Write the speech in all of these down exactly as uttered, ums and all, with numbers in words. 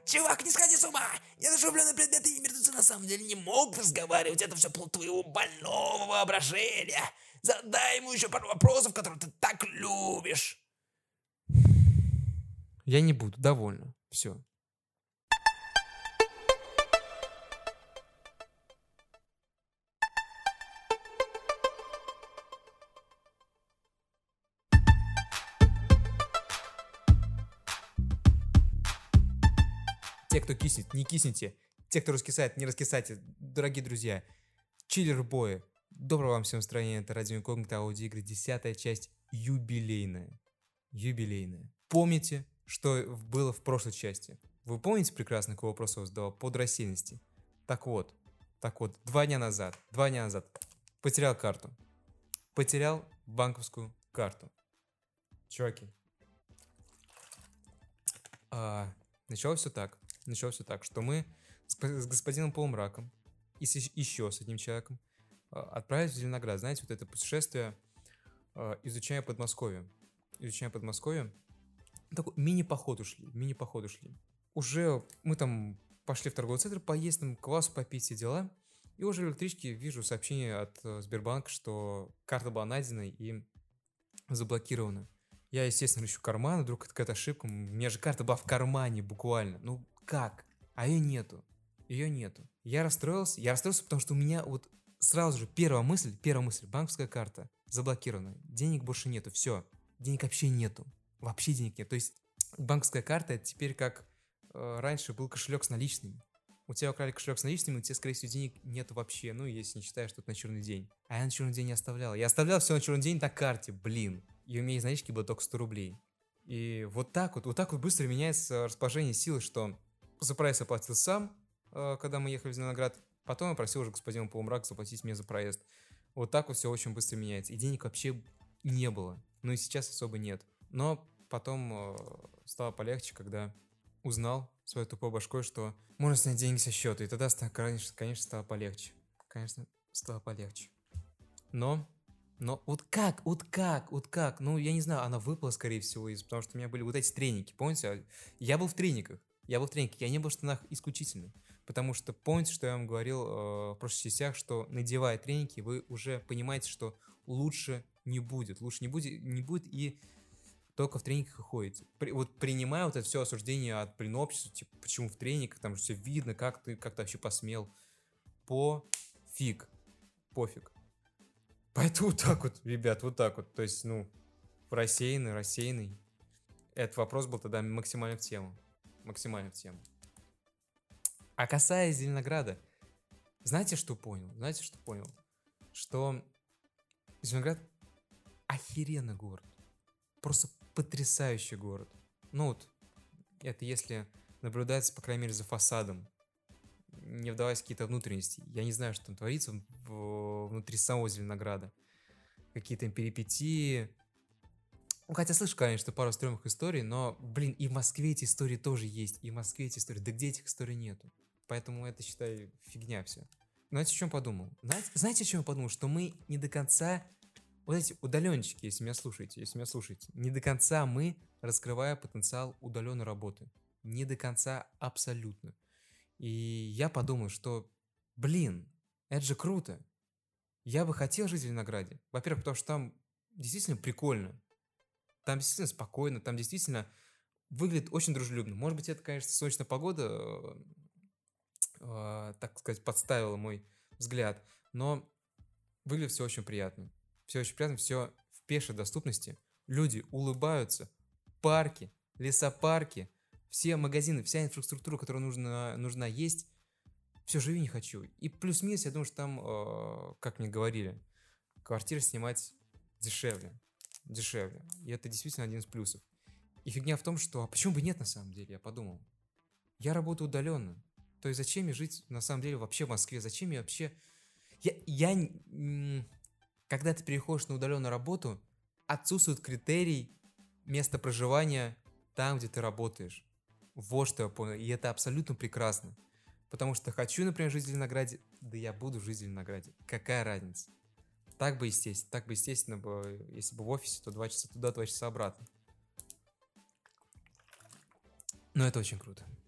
Чувак, не сходи с ума! Неодушевленные предметы и мертвецы на самом деле не могут разговаривать. Это все плод твоего больного воображения. Задай ему еще пару вопросов, которые ты так любишь. Я не буду, довольно. Все. Те, кто киснет, не кисните. Те, кто раскисает, не раскисайте. Дорогие друзья, чиллер-бои, доброго вам всем настроения. Это Радио Инкогнито, аудиоигры, десятая часть, юбилейная. Юбилейная. Помните, что было в прошлой части? Вы помните прекрасно, какой вопрос я задавал? Под рассеянности. Так вот, так вот, два дня назад, два дня назад потерял карту. Потерял банковскую карту. Чуваки. А, началось все так. Началось все так, что мы с, с господином Полумраком и с, еще с одним человеком а, отправились в Зеленоград. Знаете, вот это путешествие, а, изучая Подмосковье. Изучая Подмосковье. Такой мини-поход ушли, мини-поход ушли. Уже мы там пошли в торговый центр поесть, там квасу попить, все дела. И уже в электричке вижу сообщение от uh, Сбербанка, что карта была найдена и заблокирована. Я, естественно, ищу карман, вдруг это какая-то ошибка. У меня же карта была в кармане буквально. Ну как? А ее нету. Ее нету. Я расстроился. Я расстроился, потому что у меня вот сразу же первая мысль, первая мысль, банковская карта заблокирована. Денег больше нету, все. Денег вообще нету. Вообще денег нет. То есть банковская карта это теперь как э, раньше был кошелек с наличными. У тебя украли кошелек с наличными, у тебя, скорее всего, денег нету вообще. Ну, если не считаешь, что это на черный день. А я на черный день не оставлял. Я оставлял все на черный день на карте, блин. И у меня из налички было только сто рублей. И вот так вот, вот так вот быстро меняется расположение силы, что за проезд я платил сам, э, когда мы ехали в Зеленоград. Потом я просил уже господина Полумрака заплатить мне за проезд. Вот так вот все очень быстро меняется. И денег вообще не было. Ну и сейчас особо нет. Но потом э, стало полегче, когда узнал своей тупой башкой, что можно снять деньги со счета. И тогда, конечно, конечно, стало полегче. Конечно, стало полегче. Но, но вот как, вот как, вот как? Ну, я не знаю, она выпала, скорее всего, из, потому что у меня были вот эти треники, помните? Я был в трениках. Я был в трениках, я не был в штанах исключительно. Потому что помните, что я вам говорил э, в прошлых частях, что надевая треники, вы уже понимаете, что лучше не будет. Лучше не будет, не будет и только в трениках и ходите. При, вот принимая вот это все осуждение от, блин, общества, типа, почему в трениках, там же все видно, как ты, как ты вообще посмел. Пофиг. Пофиг. Поэтому вот так вот, ребят, вот так вот. То есть, ну, рассеянный, рассеянный. Этот вопрос был тогда максимально в тему. Максимально в тему. А касаясь Зеленограда, знаете, что понял? Знаете, что понял? Что Зеленоград охеренный город. Просто потрясающий город. Ну вот, это если наблюдать, по крайней мере, за фасадом, не вдаваясь в какие-то внутренности. Я не знаю, что там творится в, внутри самого Зеленограда. Какие-то перипетии. Ну, хотя слышу, конечно, пару стрёмных историй, но, блин, и в Москве эти истории тоже есть. И в Москве эти истории. Да где этих историй нету? Поэтому это, считай, фигня все. Знаете, о чем подумал? Знаете, знаете, о чем я подумал? Что мы не до конца... Вот эти удаленщики, если меня слушаете, если меня слушаете, не до конца мы раскрываем потенциал удаленной работы. Не до конца абсолютно. И я подумал, что, блин, это же круто. Я бы хотел жить в Зеленограде. Во-первых, потому что там действительно прикольно. Там действительно спокойно, там действительно выглядит очень дружелюбно. Может быть, это, конечно, солнечная погода, э, э, так сказать, подставила мой взгляд, но выглядит все очень приятно. Все очень приятно, все в пешей доступности. Люди улыбаются, парки, лесопарки, все магазины, вся инфраструктура, которая нужна, нужна есть. Все, живи не хочу. И плюс-минус, я думаю, что там, э, как мне говорили, квартиры снимать дешевле. Дешевле. И это действительно один из плюсов. И фигня в том, что... А почему бы нет, на самом деле, я подумал. Я работаю удаленно. То есть зачем мне жить, на самом деле, вообще в Москве? Зачем мне вообще... Я... я м- когда ты переходишь на удаленную работу, отсутствует критерий места проживания там, где ты работаешь. Вот что я понял. И это абсолютно прекрасно. Потому что хочу, например, жить в Зеленограде, да я буду жить в Зеленограде. Какая разница? Так бы естественно, так бы естественно, бы, если бы в офисе, то два часа туда, два часа обратно. Но это очень круто.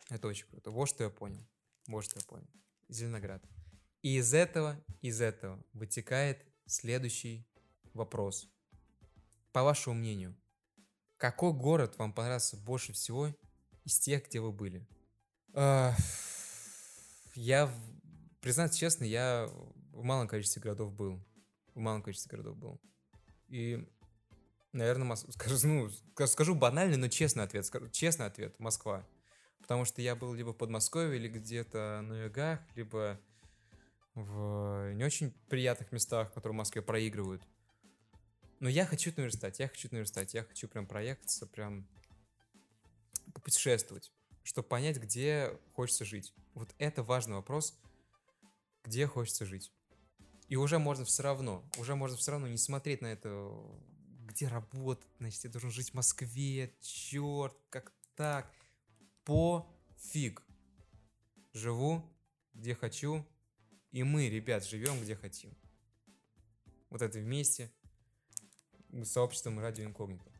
Это очень круто. Вот что я понял. Вот что я понял. Зеленоград. И из этого, из этого вытекает следующий вопрос. По вашему мнению, какой город вам понравился больше всего из тех, где вы были? А, Я, в- признаться честно, я в малом количестве городов был. В малом количестве городов был. И, наверное, скажу, ну, ска- скажу банальный, но честный ответ. Скажу, честный ответ. Москва. Потому что я был либо в Подмосковье, или где-то на югах, либо в не очень приятных местах, которые в Москве проигрывают. Но я хочу наверстать, я хочу наверстать, я хочу прям проехаться, прям попутешествовать, чтобы понять, где хочется жить. Вот это важный вопрос, где хочется жить. И уже можно все равно, уже можно все равно не смотреть на это, где работать, значит, я должен жить в Москве, черт, как так. Пофиг. Живу, где хочу, и мы, ребят, живем, где хотим. Вот это вместе с сообществом Радио Инкогнито.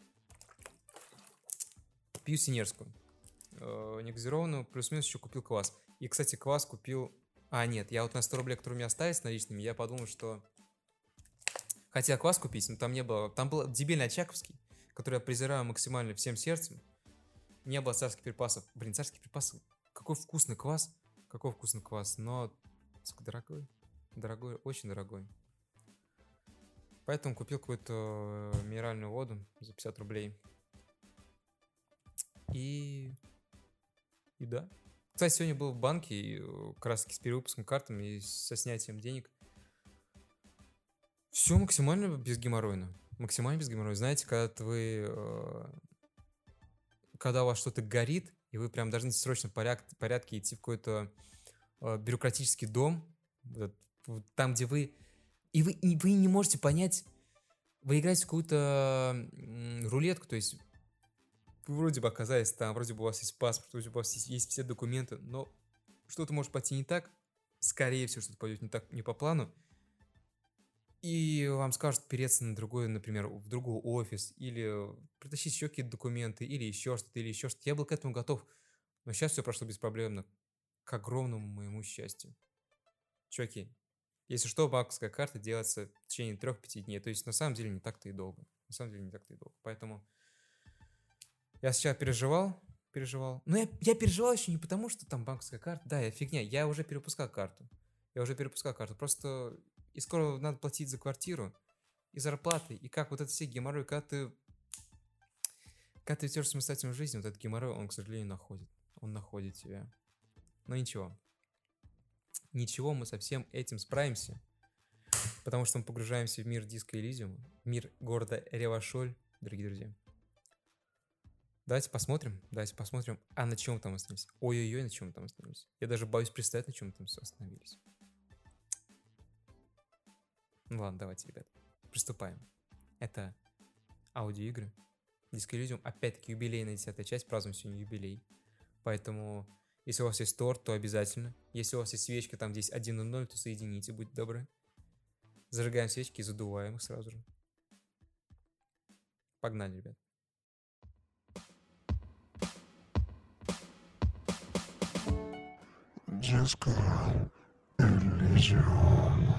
Пью синерскую. Э, негазированную, плюс-минус еще купил квас. И, кстати, квас купил... А, нет, я вот на сто рублей, которые у меня остались наличными, я подумал, что... Хотел квас купить, но там не было... Там был дебильный Очаковский, который я презираю максимально всем сердцем. Не было царских припасов. Блин, царские припасы. Какой вкусный квас. Какой вкусный квас, но... Сколько дорогой. Дорогой, очень дорогой. Поэтому купил какую-то минеральную воду за пятьдесят рублей. И... И да. Кстати, сегодня был в банке, и как раз таки с перевыпуском картами и со снятием денег. Все максимально безгеморройно. Максимально безгеморройно. Знаете, когда вы... э, Когда у вас что-то горит, и вы прям должны в срочном поряд- порядке идти в какой-то э, бюрократический дом, вот, вот там, где вы... И вы, и вы не можете понять... Вы играете в какую-то м, рулетку, то есть вы вроде бы оказались там, вроде бы у вас есть паспорт, вроде бы у вас есть, есть все документы, но что-то может пойти не так, скорее всего, что-то пойдет не так, не по плану, и вам скажут переться на другой, например, в другой офис, или притащить еще какие-то документы, или еще что-то, или еще что-то. Я был к этому готов, но сейчас все прошло беспроблемно, к огромному моему счастью. Чуваки, если что, банковская карта делается в течение трех-пяти дней, то есть на самом деле не так-то и долго. На самом деле не так-то и долго, поэтому... Я сейчас переживал, переживал. Но я, я переживал еще не потому, что там банковская карта. Да, я фигня, я уже перепускал карту. Я уже перепускал карту. Просто и скоро надо платить за квартиру, и зарплаты, и как вот это все геморрой, когда ты... Когда ты ведешь самостоятельную жизнь, вот этот геморрой, он, к сожалению, находит. Он находит тебя. Но ничего. Ничего, мы со всем этим справимся. Потому что мы погружаемся в мир Disco Elysium, мир города Ревашоль, дорогие друзья. Давайте посмотрим, давайте посмотрим, а на чем мы там остановились. Ой-ой-ой, на чем мы там остановились. Я даже боюсь представить, на чем мы там остановились. Ну ладно, давайте, ребят, приступаем. Это аудиоигры. Disco Elysium, опять-таки, юбилейная десятая часть, празднуем сегодня юбилей. Поэтому, если у вас есть торт, то обязательно. Если у вас есть свечка, там здесь один ноль ноль, то соедините, будьте добры. Зажигаем свечки и задуваем их сразу же. Погнали, ребят. Disco Elysium.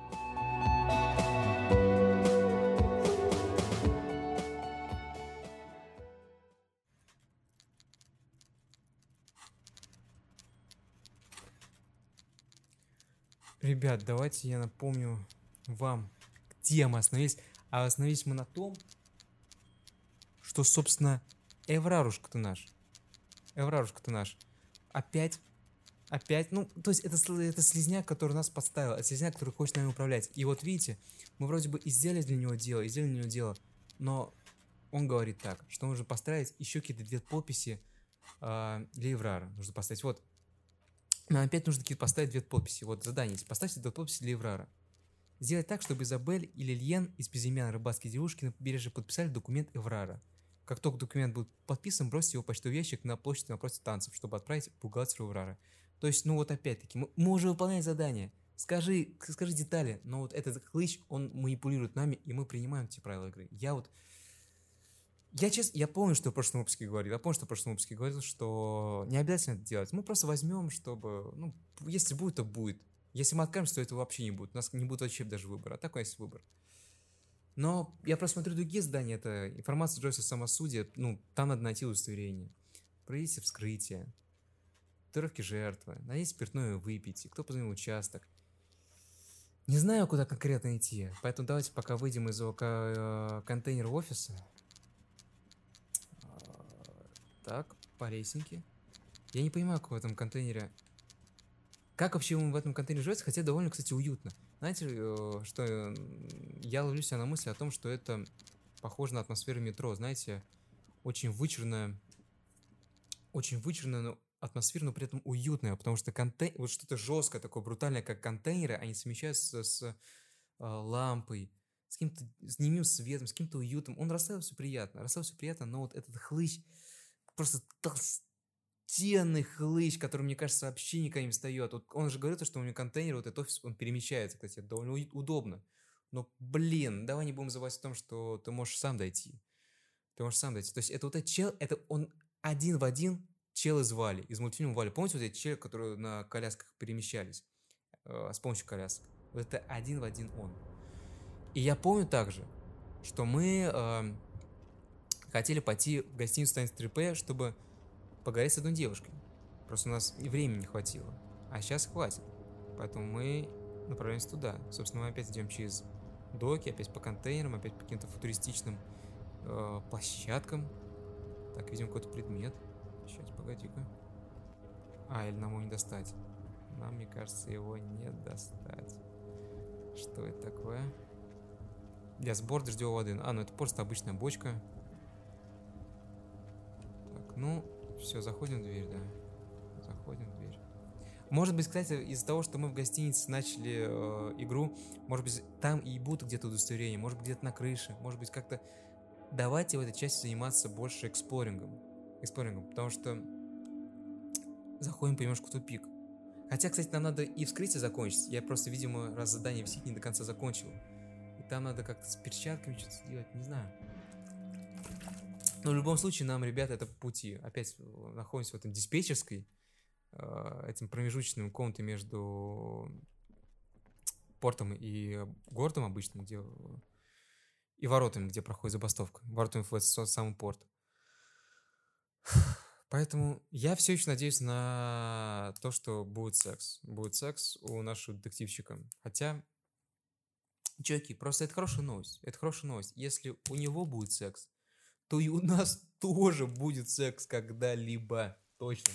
Ребят, давайте я напомню вам, где мы остановились. А остановились мы на том, что, собственно, Эврарушка-то наш. Эврарушка-то наш. Опять, опять, ну, то есть это, сл- это слизняк, который нас подставил. Это слизняк, который хочет нами управлять. И вот видите, мы вроде бы и сделали для него дело, и сделали для него дело, но он говорит так, что нужно поставить еще какие-то две подписи а, для Эврара. Нужно поставить, вот, нам опять нужно какие-то поставить две подписи. Вот задание есть. Поставьте две подписи для Эврара. Сделать так, чтобы Изабель и Лильен из безымянной рыбацкой девушки на побережье подписали документ Эврара. Как только документ будет подписан, бросьте его в почтовый ящик на площади напротив танцев, чтобы отправить в бухгалтеру Эврара. То есть, ну вот опять-таки, мы, мы уже выполняем задание. Скажи, скажи детали, но вот этот хлыщ, он манипулирует нами, и мы принимаем эти правила игры. Я вот... Я честно, я помню, что в прошлом выпуске говорил. Я помню, что в прошлом выпуске говорил, что не обязательно это делать. Мы просто возьмем, чтобы, ну, если будет, то будет. Если мы откажемся, то этого вообще не будет. У нас не будет вообще даже выбора. А такой есть выбор. Но я просто смотрю другие здания. Это информация Джойса о самосуде. Ну, там надо найти удостоверение. Проведите вскрытие. Татуировки жертвы. Найдите спиртное и выпейте. Кто позвонил в участок. Не знаю, куда конкретно идти. Поэтому давайте пока выйдем из ОК контейнера офиса. Так, по лесенке. Я не понимаю, как в этом контейнере... Как вообще ему в этом контейнере живется, хотя довольно, кстати, уютно. Знаете, что я ловлю себя на мысли о том, что это похоже на атмосферу метро. Знаете, очень вычурная, очень вычурная, но атмосфера, но при этом уютная, потому что контейнер, вот что-то жесткое, такое брутальное, как контейнеры, они совмещаются с, с а, лампой, с каким-то с немым светом, с каким-то уютом. Он расставил все приятно, расставил все приятно, но вот этот хлыщ, просто толстенный хлыщ, который, мне кажется, вообще никогда не встает. Вот он же говорит, что у него контейнер, вот этот офис, он перемещается, кстати, это довольно удобно. Но, блин, давай не будем забывать о том, что ты можешь сам дойти. Ты можешь сам дойти. То есть это вот этот чел, это он один в один чел из Вали, из мультфильма Вали. Помните вот эти челы, которые на колясках перемещались э, с помощью колясок? Вот это один в один он. И я помню также, что мы э, хотели пойти в гостиницу Тайнс три П, чтобы поговорить с одной девушкой. Просто у нас и времени не хватило. А сейчас хватит. Поэтому мы направляемся туда. Собственно, мы опять идем через доки, опять по контейнерам, опять по каким-то футуристичным э, площадкам. Так, видим какой-то предмет. Сейчас, погоди-ка. А, или нам его не достать? Нам, мне кажется, его не достать. Что это такое? Для сбора дождевой воды. А, ну это просто обычная бочка. Так, ну, все, заходим в дверь, да. Заходим в дверь. Может быть, кстати, из-за того, что мы в гостинице начали э, игру, может быть, там и будут где-то удостоверения, может быть, где-то на крыше, может быть, как-то... Давайте в этой части заниматься больше эксплорингом. Эксплорингом, потому что заходим понемножку в тупик. Хотя, кстати, нам надо и вскрытие закончить. Я просто, видимо, раз задание висит, не до конца закончил. И там надо как-то с перчатками что-то сделать, не знаю. Но в любом случае, нам, ребята, это по пути. Опять находимся в этом диспетчерской, э, этим промежуточным комнате между портом и городом обычным, где... и воротами, где проходит забастовка. Воротами в этот самый порт. Поэтому я все еще надеюсь на то, что будет секс. Будет секс у нашего детективчика. Хотя, чуваки, просто это хорошая новость. Это хорошая новость. Если у него будет секс, то и у нас тоже будет секс когда-либо. Точно.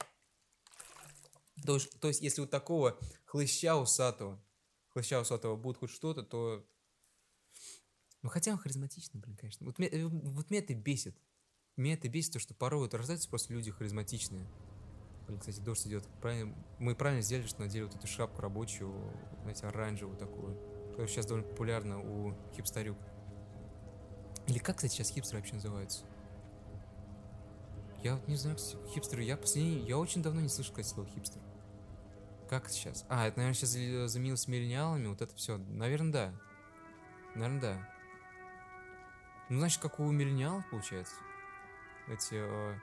То, то есть, если у такого хлыща усатого, хлыща усатого будет хоть что-то, то... Ну, хотя он харизматичный, блин, конечно. Вот, меня, вот меня это бесит. Меня это бесит, то, что порой вот рождаются просто люди харизматичные. Блин, кстати, дождь идет. Правильно, мы правильно сделали, что надели вот эту шапку рабочую, знаете, оранжевую такую, которая сейчас довольно популярна у хипстерюк. Или как, кстати, сейчас хипстеры вообще называются? Я вот не знаю, кстати, хипстеры. Я последний, я очень давно не слышал, кстати, слово хипстер. Как сейчас? А, это, наверное, сейчас заменилось миллениалами, вот это все. Наверное, да. Наверное, да. Ну, значит, как у миллениалов, получается. Эти э,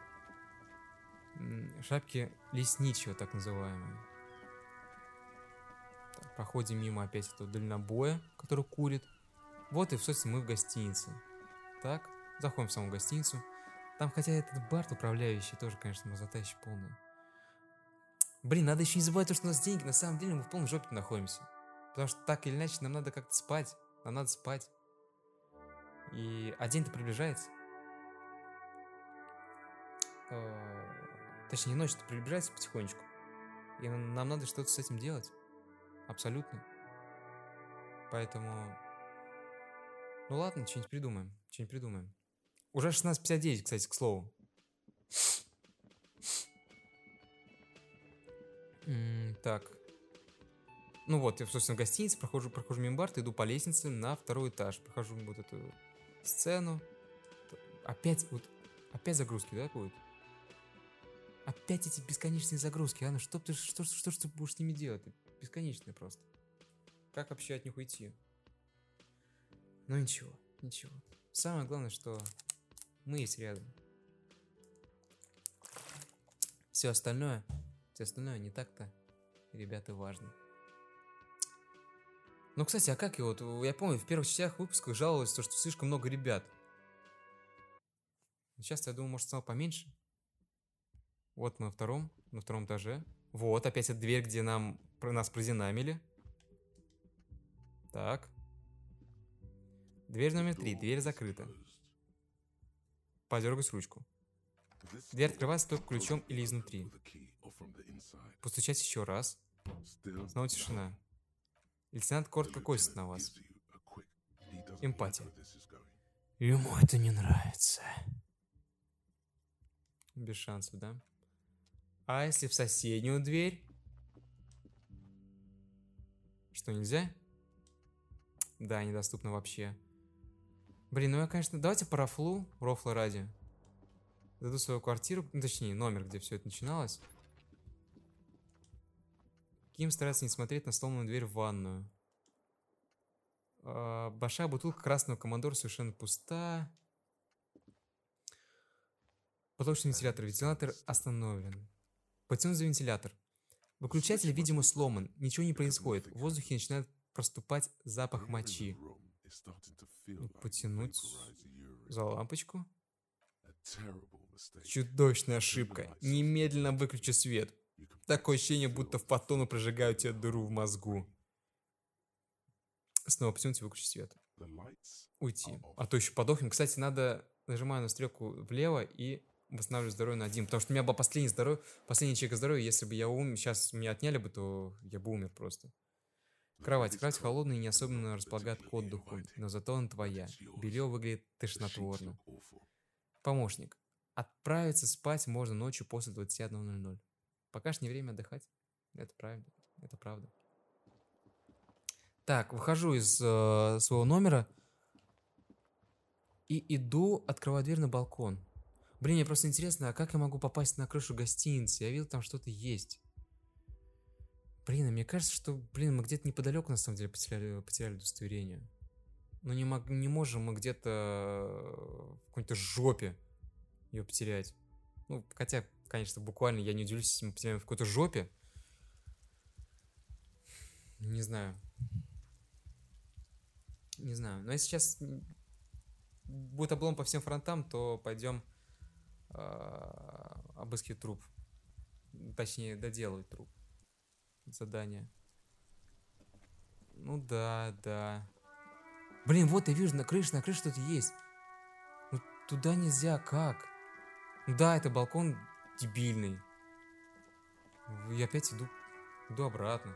шапки лесничего, так называемые. Так, проходим мимо опять этого дальнобоя, который курит. Вот и, собственно, мы в гостинице. Так, заходим в саму гостиницу. Там, хотя этот бар управляющий тоже, конечно, мазота еще полная. Блин, надо еще не забывать то, что у нас деньги. На самом деле мы в полной жопе находимся. Потому что так или иначе нам надо как-то спать. Нам надо спать. И... А день-то приближается. Точнее, ночь-то приближается потихонечку. И нам надо что-то с этим делать. Абсолютно. Поэтому... Ну ладно, что-нибудь придумаем. Что-нибудь придумаем. Уже шестнадцать пятьдесят девять, кстати, к слову. М-м, так. Ну вот, я, собственно, в гостинице, прохожу, прохожу мимо бар, иду по лестнице на второй этаж. Прохожу вот эту сцену. Опять, вот, опять загрузки, да, будут? Опять эти бесконечные загрузки, а ну что ты, что, что, что ты будешь с ними делать? Бесконечные просто. Как вообще от них уйти? Ну ничего, ничего. Самое главное, что Мы есть рядом. Все остальное, все остальное не так-то, ребята, важно. Ну, кстати, а как его? Вот, я помню, в первых частях выпусках жаловалась, что слишком много ребят. Сейчас, я думаю, может, стало поменьше. Вот мы на втором, на втором этаже. Вот, опять эта дверь, где нам, про нас продинамили. Так. Дверь номер три. Дверь закрыта. Подергать ручку. Дверь открывается только ключом или изнутри. Постучать еще раз. Снова тишина. Лейтенант коротко косит на вас. Эмпатия. Ему это не нравится. Без шансов, да? А если в соседнюю дверь? Что, нельзя? Да, недоступно вообще. Блин, ну я, конечно... Давайте по рофлу, рофла ради. Зайду в свою квартиру, ну, точнее, номер, где все это начиналось. Ким старается не смотреть на сломанную дверь в ванную. А, большая бутылка красного командора совершенно пуста. Потолочный вентилятор. Вентилятор остановлен. Потянуть за вентилятор. Выключатель, видимо, сломан. Ничего не происходит. В воздухе начинает проступать запах мочи. Потянуть за лампочку. Чудовищная ошибка. Немедленно выключи свет. Такое ощущение, будто в потону прожигают тебе дыру в мозгу. Снова потянуть и выключить свет. Уйти. А то еще подохнем. Кстати, надо... Нажимаю на стрелку влево и восстанавливаю здоровье на один. Потому что у меня было последнее здоровье, последний чек здоровья. Если бы я умер, сейчас меня отняли бы, то я бы умер просто. Кровать. Кровать холодная и не особенно располагает к отдыху. Но зато она твоя. Белье выглядит тошнотворно. Помощник. Отправиться спать можно ночью после двадцати одного ноль ноль. Пока ж не время отдыхать. Это правильно. Это правда. Так, выхожу из э, своего номера и иду, открываю дверь на балкон. Блин, мне просто интересно, а как я могу попасть на крышу гостиницы? Я видел, там что-то есть. Блин, а мне кажется, что, блин, мы где-то неподалеку, на самом деле, потеряли, потеряли удостоверение. Ну, не, мог, не можем мы где-то в какой-то жопе ее потерять. Ну, хотя, конечно, буквально я не удивлюсь, если мы потеряем в какой-то жопе. Не знаю. Не знаю. Но если сейчас будет облом по всем фронтам, то пойдем э, обыскивать труп. Точнее, доделывать труп. Задание. Ну да, да. Блин, вот я вижу, на крыше, на крыше что-то есть. Ну, туда нельзя, как? Ну да, это балкон дебильный. Я опять иду, иду обратно.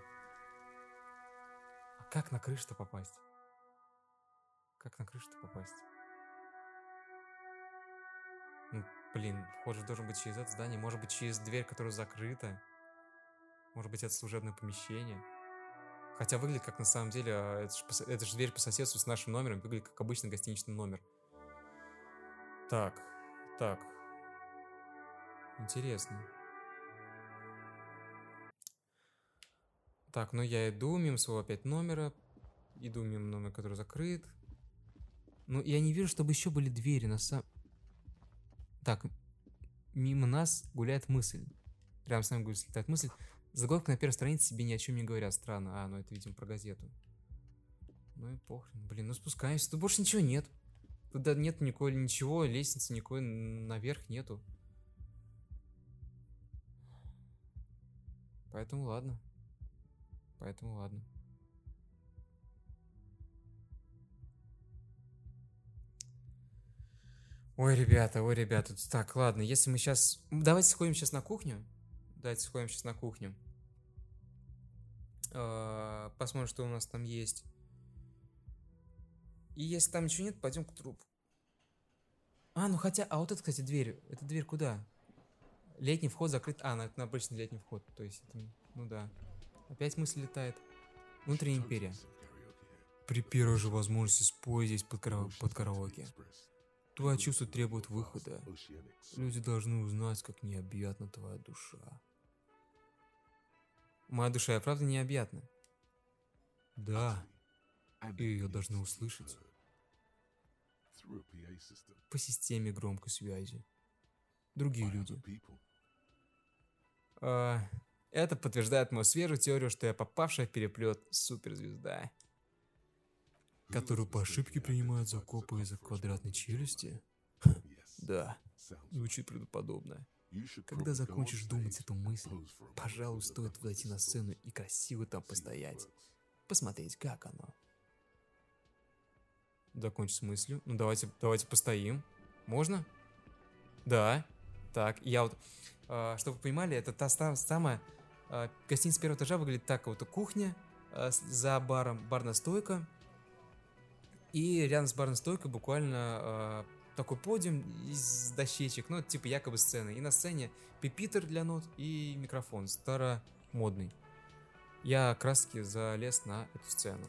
А как на крышу-то попасть? Как на крышу-то попасть? Ну, блин, вход же должен быть через это здание. Может быть, через дверь, которая закрыта. Может быть, это служебное помещение. Хотя выглядит как на самом деле, это же, это же дверь по соседству с нашим номером, выглядит как обычный гостиничный номер. Так, так. Интересно. Так, ну я иду мимо своего опять номера. Иду мимо номера, который закрыт. Ну, я не вижу, чтобы еще были двери на самом... Так, мимо нас гуляет мысль. Прямо с нами гуляет мысль. Заголовок на первой странице себе ни о чем не говорят. Странно. А, ну это, видимо, про газету. Ну и похрен. Блин, ну спускаемся. Тут больше ничего нет. Туда нет никакой, ничего, лестницы никакой наверх нету. Поэтому ладно. Поэтому ладно. Ой, ребята, ой, ребята. Так, ладно, если мы сейчас... Давайте сходим сейчас на кухню. Давайте сходим сейчас на кухню. Посмотрим, что у нас там есть. И если там ничего нет, пойдем к трупу. А, ну хотя... А вот это, кстати, дверь. Эта дверь куда? Летний вход закрыт. А, ну это обычный летний вход. То есть это... Ну да. Опять мысль летает. Внутренняя империя. При первой же возможности спой здесь под, кара... под караоке. Твои чувства требуют выхода. Люди должны узнать, как необъятна твоя душа. Моя душа, я правда необъятна? Да. И ее должны услышать. по системе громкой связи. Другие люди. А, это подтверждает мою свежую теорию, что я попавшая в переплет суперзвезда, которую по ошибке принимают за копа из-за квадратной челюсти. Да, звучит правдоподобно. Когда закончишь думать эту мысль, пожалуй, стоит подойти на сцену и красиво там постоять. Посмотреть, как оно. Закончить с мыслью. Ну, давайте, давайте постоим. Можно? Да. Так, я вот... Э, чтобы вы понимали, это та ста- самая... Э, гостиница первого этажа выглядит так. Вот кухня, э, за баром барная стойка. И рядом с барной стойкой буквально... Э, такой подиум из дощечек, ну, типа якобы сцены. И на сцене пипитер для нот и микрофон старомодный. Я как раз таки залез на эту сцену.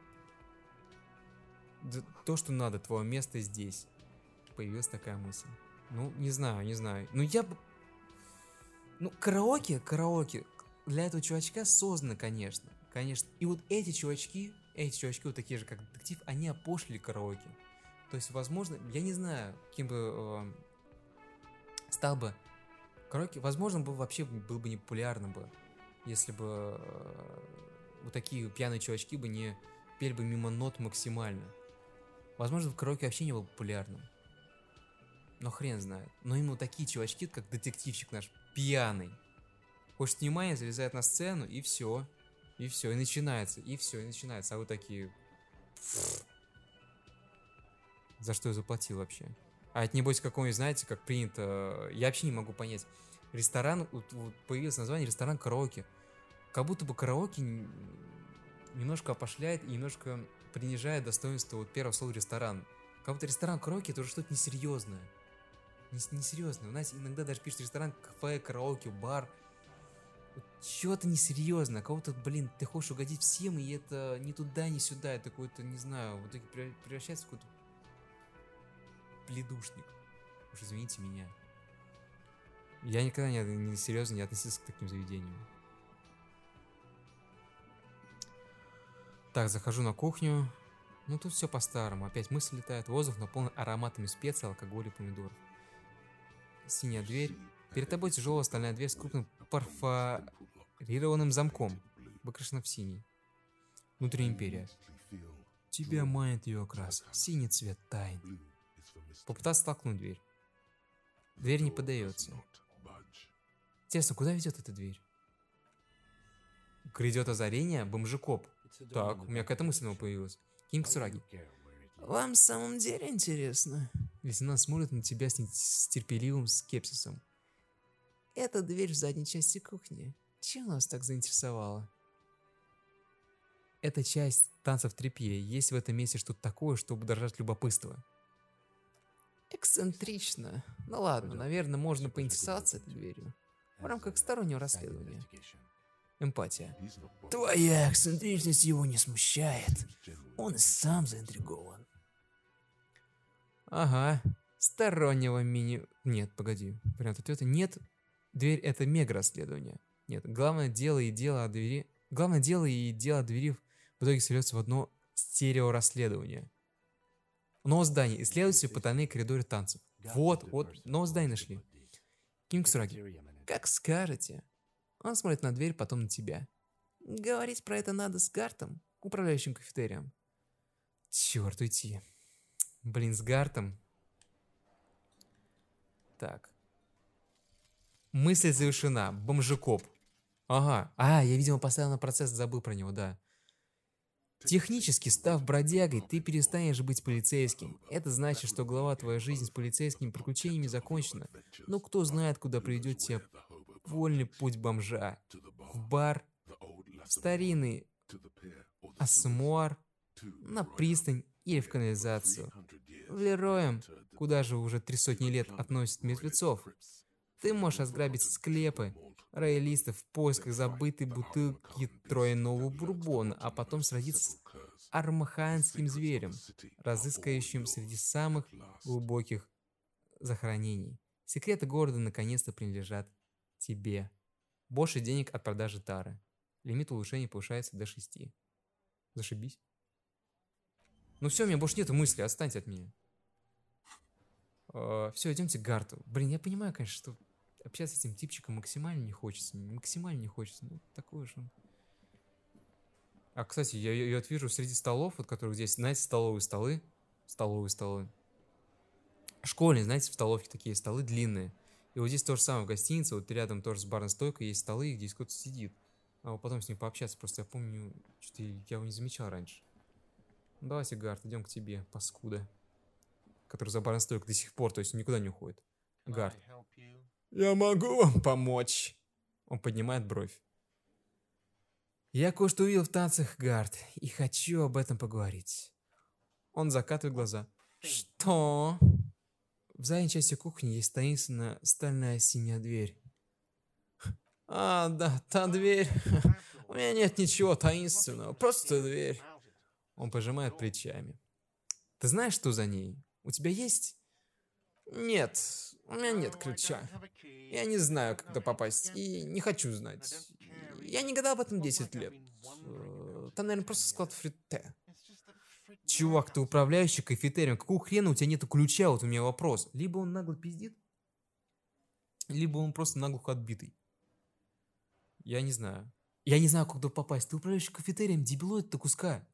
Д- то, что надо, твое место здесь. Появилась такая мысль. Ну, не знаю, не знаю. Ну, я бы... Ну, караоке, караоке для этого чувачка создано, конечно. Конечно. И вот эти чувачки, эти чувачки, вот такие же, как детектив, они опошлили караоке. То есть, возможно, я не знаю, кем бы э, стал бы караоке. Возможно, бы вообще был бы непопулярным бы, если бы э, вот такие пьяные чувачки бы не пели бы мимо нот максимально. Возможно, в караоке вообще не был популярным. Но хрен знает. Но именно такие чувачки, как детективчик наш, пьяный. Хочет внимания, залезает на сцену, и все. И все, и начинается, и все, и начинается. А вы такие... За что я заплатил вообще? А это небось какой-нибудь, знаете, как принято... Я вообще не могу понять. Ресторан, вот, вот появилось название ресторан караоке. Как будто бы караоке немножко опошляет и немножко принижает достоинство вот первого слова ресторан. Как будто ресторан караоке это уже что-то несерьезное. Несерьезное. У нас иногда даже пишут ресторан, кафе, караоке, бар. Вот чего-то несерьезное. Кого-то, блин, ты хочешь угодить всем, и это ни туда, ни сюда. Это какой-то, не знаю, в итоге превращается в какой-то пледушник. Уж извините меня. Я никогда не, не серьезно не относился к таким заведениям. Так, захожу на кухню. Ну тут все по-старому. Опять мысль летает. Воздух наполнен ароматами специй, алкоголя и помидоров. Синяя дверь. Перед тобой тяжелая стальная дверь с крупным перфорированным замком. Выкрашена в синий. Внутри империя. Тебя манит ее окрас. Синий цвет тайн. Попытался толкнуть дверь. Дверь не поддается. Интересно, куда ведет эта дверь? Грядет озарение, бомжекоп. Так, у меня какая-то мысль появилась. Кинг Сураги. Вам в самом деле интересно? Лейтенант смотрит на тебя с, с терпеливым скепсисом. Это дверь в задней части кухни. Чем вас так заинтересовало? Эта часть танцев трепье. Есть в этом месте что-то такое, чтобы удержать любопытство. Эксцентрично. Ну ладно, наверное, можно поинтересоваться этой дверью. В рамках стороннего расследования. Эмпатия. Твоя эксцентричность его не смущает. Он и сам заинтригован. Ага. Стороннего мини... Нет, погоди. Вариант ответа нет. Дверь — это мега-расследование. Нет, главное дело и дело о двери... Главное дело и дело о двери в итоге сведется в одно стереорасследование. Новое здание. Исследователи потайные коридоры танцев. Вот, вот, новое здание нашли. Кинг Сураги. Как скажете. Он смотрит на дверь, потом на тебя. Говорить про это надо с Гартом, управляющим кафетерием. Черт, уйти. Блин, с Гартом. Так. Мысль завершена. Бомжекоп. Ага. А, я, видимо, поставил на процесс, забыл про него, да. Технически, став бродягой, ты перестанешь быть полицейским. Это значит, что глава твоей жизни с полицейскими приключениями закончена. Но кто знает, куда приведет тебя вольный путь бомжа. В бар, в старинный ассамуар, на пристань или в канализацию. В Лероем, куда же уже три сотни лет относят мертвецов. Ты можешь разграбить склепы роялистов в поисках забытой бутылки тройного бурбона, а потом сразиться с армаханским зверем, разыскивающим среди самых глубоких захоронений. Секреты города наконец-то принадлежат тебе. Больше денег от продажи тары. Лимит улучшений повышается до шести. Зашибись. Ну все, у меня больше нет мысли, отстаньте от меня. Все, идемте к Гарту. Блин, я понимаю, конечно, что общаться с этим типчиком максимально не хочется. Максимально не хочется. Ну, такой же он. А, кстати, я, я, я вот вижу среди столов, вот которых здесь, знаете, столовые столы. Столовые столы. Школьные, знаете, в столовке такие столы длинные. И вот здесь то же самое в гостинице. Вот рядом тоже с барной стойкой есть столы, где здесь кто-то сидит. А вот потом с ним пообщаться. Просто я помню, что я его не замечал раньше. Ну, давайте, Гарт, идем к тебе, паскуда. Который за барной стойкой до сих пор, то есть никуда не уходит. Гарт. Я могу вам помочь. Он поднимает бровь. Я кое-что увидел в танцах, Гарт, и хочу об этом поговорить. Он закатывает глаза. Что? В задней части кухни есть таинственная стальная синяя дверь. А, да, та дверь. У меня нет ничего таинственного, просто дверь. Он пожимает плечами. Ты знаешь, что за ней? У тебя есть? Нет, у меня нет ключа. Я не знаю, как туда попасть, и не хочу знать. Я не гадал об этом десять лет. Там, наверное, просто склад фрите. Чувак, ты управляющий кафетерием. Какого хрена у тебя нету ключа? Вот у меня вопрос. Либо он нагло пиздит, либо он просто наглухо отбитый. Я не знаю. Я не знаю, как туда попасть. Ты управляющий кафетерием, дебилоид ты куска.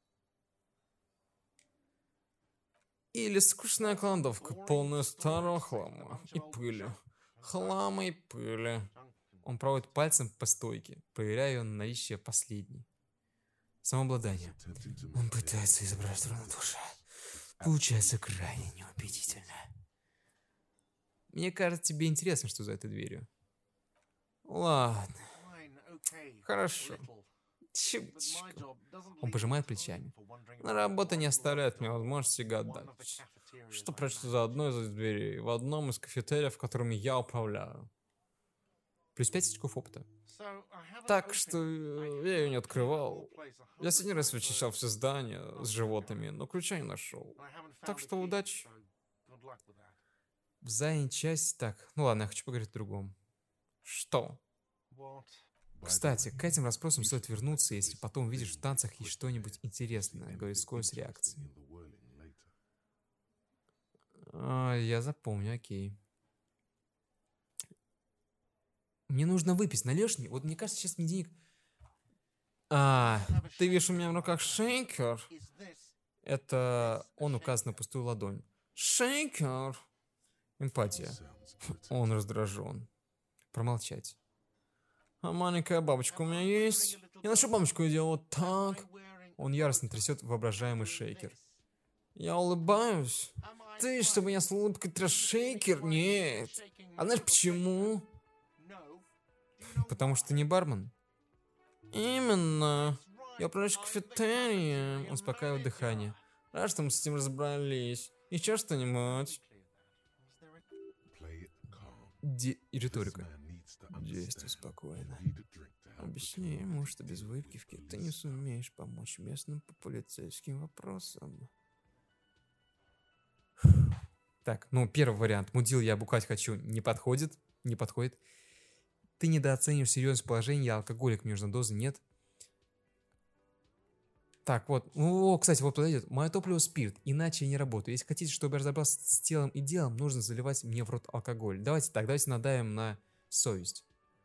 Или скучная кладовка, полная старого хлама и пыли. Хлама и пыли. Он проводит пальцем по стойке, проверяя ее на наличие последней. Самообладание. Он пытается изображать равнодушие. Получается крайне неубедительно. Мне кажется, тебе интересно, что за этой дверью. Ладно. Хорошо. Чуточку. Он пожимает плечами. Но работа не оставляет мне возможности гадать, что прячется за одной из дверей в одном из кафетериев, которыми я управляю. Плюс пять очков опыта. Так что я ее не открывал. Я сегодня раз вычищал все здания с животными, но ключа не нашел. Так что удачи. В задней части... Так, ну ладно, я хочу поговорить о другом. Что? Кстати, к этим расспросам стоит вернуться, если потом увидишь в танцах есть что-нибудь интересное, говорит скорость реакции. А, я запомню, окей. Мне нужно выпить, нальешь мне? Вот мне кажется, сейчас мне денег... А, ты видишь у меня в руках шейкер? Это он указывает на пустую ладонь. Шейкер. Эмпатия. Он раздражен. Промолчать. А маленькая бабочка у меня есть. Я ношу бабочку и делаю вот так. Он яростно трясет воображаемый шейкер. Я улыбаюсь. Ты, чтобы я с улыбкой тряс шейкер? Нет. А знаешь почему? Потому что ты не бармен. Именно. Я управляющий кафетерием. Он успокаивает дыхание. Рад, что мы с этим разобрались. Еще что-нибудь? Ди... И риторика. Действуй спокойно. Объясни ему, что без выпивки ты не сумеешь помочь местным по полицейским вопросам. Так, ну, первый вариант. Мудил я бухать хочу. Не подходит. Не подходит. Ты недооцениваешь серьезность положения, алкоголик между дозы нет. Так, вот. О, кстати, вот подойдет. Мое топливо спирт, иначе я не работаю. Если хотите, чтобы я разобрался с телом и делом, нужно заливать мне в рот алкоголь. Давайте так, давайте надаем на совесть.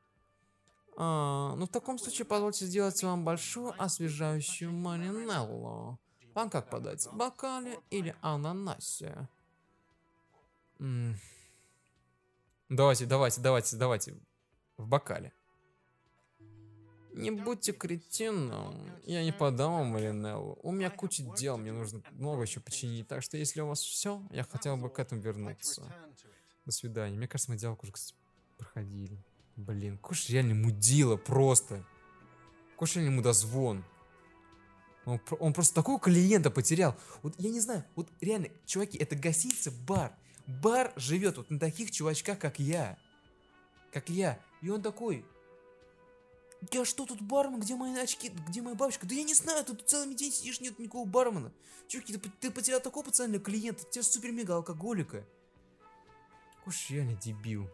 А, ну, в таком случае позвольте сделать вам большую освежающую маринеллу. Вам как подать? Бокале или ананасе? М-м. Давайте, давайте, давайте, давайте. В бокале. Не будьте кретином. Я не подам вам маринеллу. У меня куча дел, мне нужно много еще починить. Так что если у вас все, я хотел бы к этому вернуться. До свидания. Мне кажется, мы диалог уже, кстати, проходили. Блин, Кош реально мудила просто. Кош реально мудозвон. Он, он просто такого клиента потерял. Вот я не знаю, вот реально, чуваки, это гостиница, бар. Бар живет вот на таких чувачках, как я. Как я. И он такой... Я что, тут бармен? Где мои очки? Где моя бабочка? Да я не знаю, тут целый день сидишь, нет никакого бармена. Чуваки, ты, ты потерял такого потенциального клиента, ты супер-мега алкоголика. Кош реально дебил.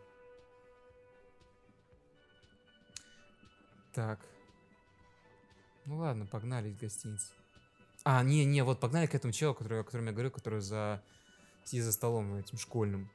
Так. Ну ладно, погнали из гостиницы. А, не, не, вот погнали к этому челу, который, о котором я говорю, который за сидя за столом этим школьным.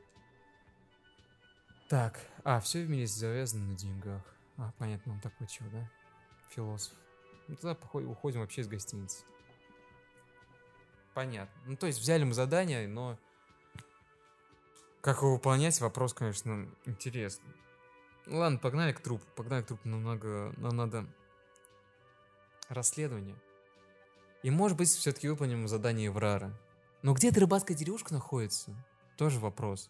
Так, а, все в мире завязано на деньгах. А, понятно, он такой чего, да? Философ. Ну, тогда походу, уходим вообще из гостиницы. Понятно. Ну, то есть взяли мы задание, но... Как его выполнять, вопрос, конечно, интересный. Ну, ладно, погнали к трупу. Погнали к трупу, нам надо... Нам надо... Расследование. И, может быть, все-таки выполним задание Эврара. Но где эта рыбацкая деревушка находится? Тоже вопрос.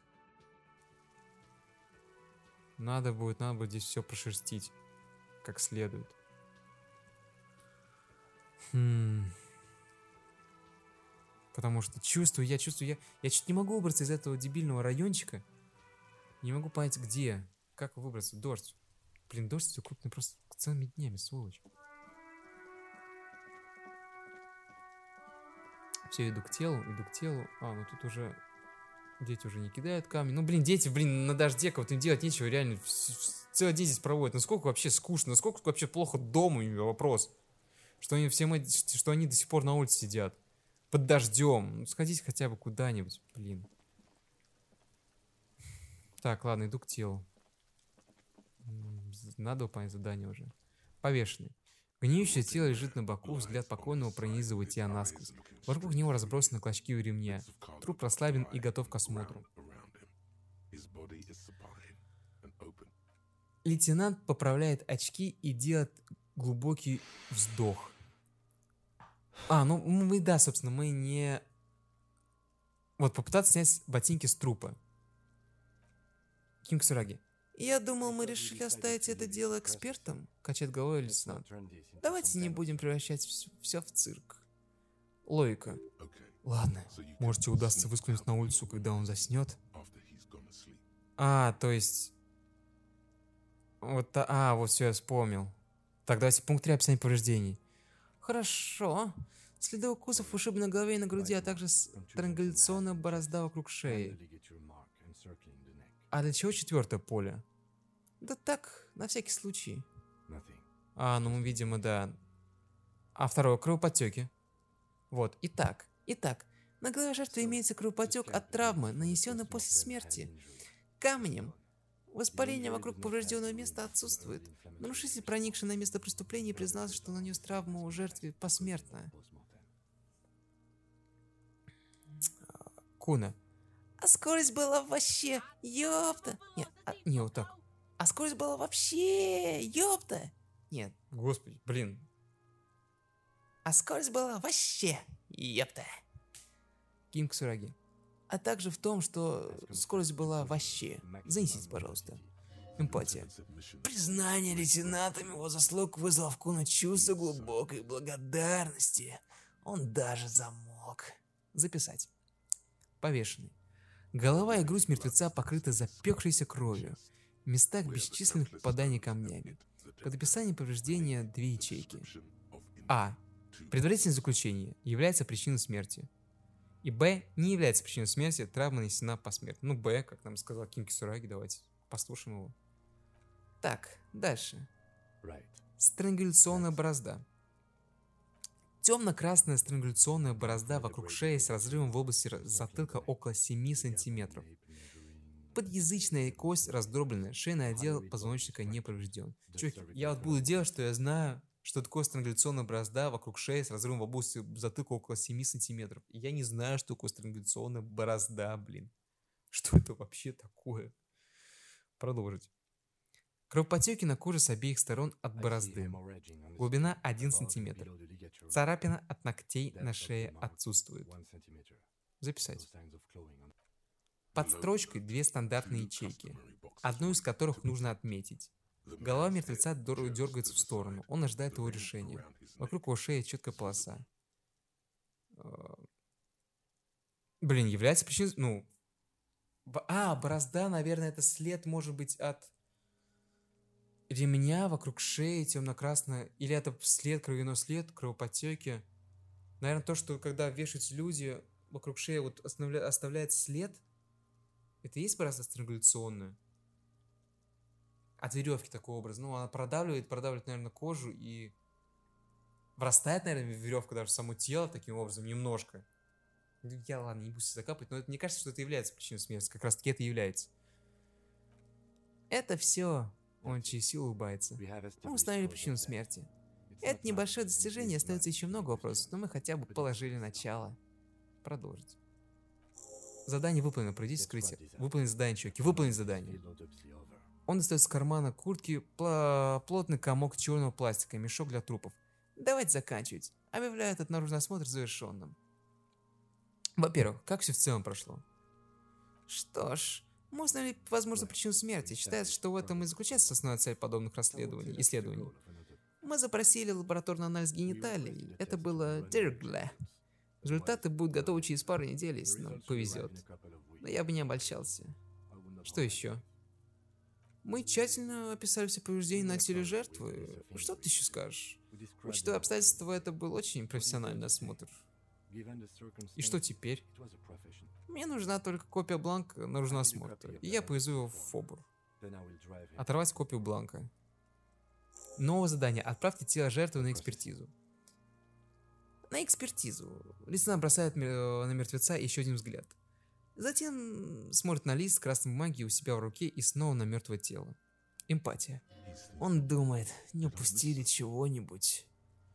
Надо будет, надо будет здесь все прошерстить. Как следует. Хм... Потому что чувствую, я чувствую, я, я чуть не могу выбраться из этого дебильного райончика. Не могу понять, где. Как выбраться? Дождь. Блин, дождь все крупный просто целыми днями, сволочь. Все, иду к телу, иду к телу. А, ну тут уже дети уже не кидают камни. Ну, блин, дети, блин, на дожде кого-то им делать нечего, реально. Целый день здесь проводят. Насколько вообще скучно, насколько вообще плохо дома, именно вопрос. Что они, все мы, что они до сих пор на улице сидят. Под дождем. Ну, сходите хотя бы куда-нибудь, блин. Так, ладно, иду к телу. Надо выполнять задание уже. Повешенный. Гниющее тело лежит на боку, взгляд покойного пронизывает тебя насквозь. Вокруг него разбросаны клочки у ремня. Труп расслаблен и готов к осмотру. Лейтенант поправляет очки и делает глубокий вздох. А, ну мы, да, собственно, мы не... Вот, попытаться снять ботинки с трупа. Ким Кусараги. Я думал, мы решили оставить это дело экспертам, качает головой лейтенант. Давайте не будем превращать все в цирк. Логика. Ладно, можете удастся выскользнуть на улицу, когда он заснет. А, то есть... Вот, а, вот все, я вспомнил. Так, давайте пункт три, описание повреждений. Хорошо. Следы укусов, ушиб на голове и на груди, а также странгуляционная борозда вокруг шеи. А для чего четвертое поле? Да так, на всякий случай. А, ну мы, видимо, да. А второе, кровоподтеки. Вот, итак, итак, на голове жертвы имеется кровоподтек от травмы, нанесенной после смерти. Камнем. Воспаление вокруг поврежденного места отсутствует. Нарушитель, проникший на место преступления, признался, что нанес травму жертве посмертно. Куна. А скорость была вообще, ёпта. Нет, а, не вот так. А скорость была вообще, ёпта. Нет. Господи, блин. А скорость была вообще, ёпта. Ким Кусараги. А также в том, что скорость была вообще. Занесите, пожалуйста. Эмпатия. Признание лейтенантом его заслуг вызвало в Куна чувство глубокой благодарности. Он даже замолк. Записать. Повешенный. Голова и грудь мертвеца покрыты запекшейся кровью. В местах бесчисленных попаданий камнями. Под описанием повреждения две ячейки. А. Предварительное заключение является причиной смерти. И Б. Не является причиной смерти, травма нанесена посмертно. Ну, Б, как нам сказал Ким Кусараги, давайте послушаем его. Так, дальше. Странгуляционная борозда. Темно-красная странгуляционная борозда вокруг шеи с разрывом в области затылка около семи сантиметров. Подъязычная кость раздробленная, шейный отдел позвоночника не поврежден. Чуваки, я вот буду делать, что я знаю, что такое странгуляционная борозда вокруг шеи с разрывом в области затылка около семи сантиметров. И я не знаю, что такое странгуляционная борозда, блин. Что это вообще такое? Продолжить. Кровоподтеки на коже с обеих сторон от борозды. Глубина один сантиметр. Царапина от ногтей на шее отсутствует. Записать. Под строчкой две стандартные ячейки, одну из которых нужно отметить. Голова мертвеца дергается в сторону, он ожидает его решения. Вокруг его шеи четкая полоса. Блин, является причиной... Ну... А, борозда, наверное, это след, может быть, от ремня вокруг шеи темно-красная. Или это след, кровяной след, кровоподтеки. Наверное, то, что когда вешаются люди, вокруг шеи вот оставля... оставляет след. Это и есть борозда странгуляционная? От веревки такого образа. Ну, она продавливает, продавливает, наверное, кожу и врастает, наверное, веревка даже в само тело таким образом немножко. Я, ладно, не буду закапывать, но это, мне кажется, что это является причиной смерти. Как раз таки это является. Это все. Он через силу улыбается. Мы установили причину смерти. Это небольшое достижение, остается еще много вопросов, но мы хотя бы положили начало. Продолжить. Задание выполнено, пройдите вскрытие. Выполнить задание, чуваки, выполнить задание. Он достает из кармана куртки плотный комок черного пластика, мешок для трупов. Давайте заканчивать. Объявляю этот наружный осмотр завершенным. Во-первых, как все в целом прошло? Что ж, мы установили, возможно, причину смерти. Считается, что в этом и заключается основная цель подобных расследований, исследований. Мы запросили лабораторный анализ гениталий. Это было Диргле. Результаты будут готовы через пару недель, если нам повезет. Но я бы не обольщался. Что еще? Мы тщательно описали все повреждения на теле жертвы. Что ты еще скажешь? Учитывая обстоятельства, это был очень профессиональный осмотр. И что теперь? Мне нужна только копия бланка наружного осмотра, и я повезу его в Фобур. Оторвать копию бланка. Новое задание. Отправьте тело жертвы на экспертизу. На экспертизу. Лейтенант бросает на мертвеца еще один взгляд. Затем смотрит на лист с красной бумаги у себя в руке и снова на мертвое тело. Эмпатия. Он думает, не упустили чего-нибудь.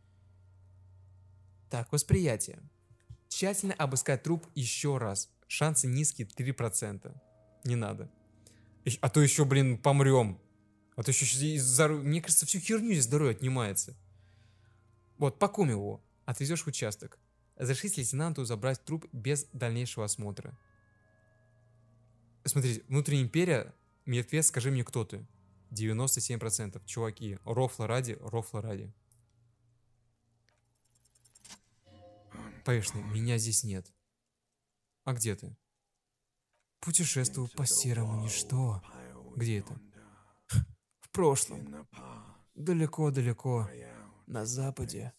Так, восприятие. Тщательно обыскать труп еще раз. Шансы низкие три процента. Не надо. А то еще, блин, помрем. А то еще из-за... Мне кажется, всю херню здесь здоровье отнимается. Вот, пакуем его. Отвезешь в участок. Разрешите лейтенанту забрать труп без дальнейшего осмотра. Смотрите, внутренняя империя, мертвец, скажи мне, кто ты? девяносто семь процентов. Чуваки, рофла ради, рофла ради. Повешенный, меня здесь нет. А где ты? Путешествую по серому ничто. Где это? В прошлом. Далеко-далеко. На западе.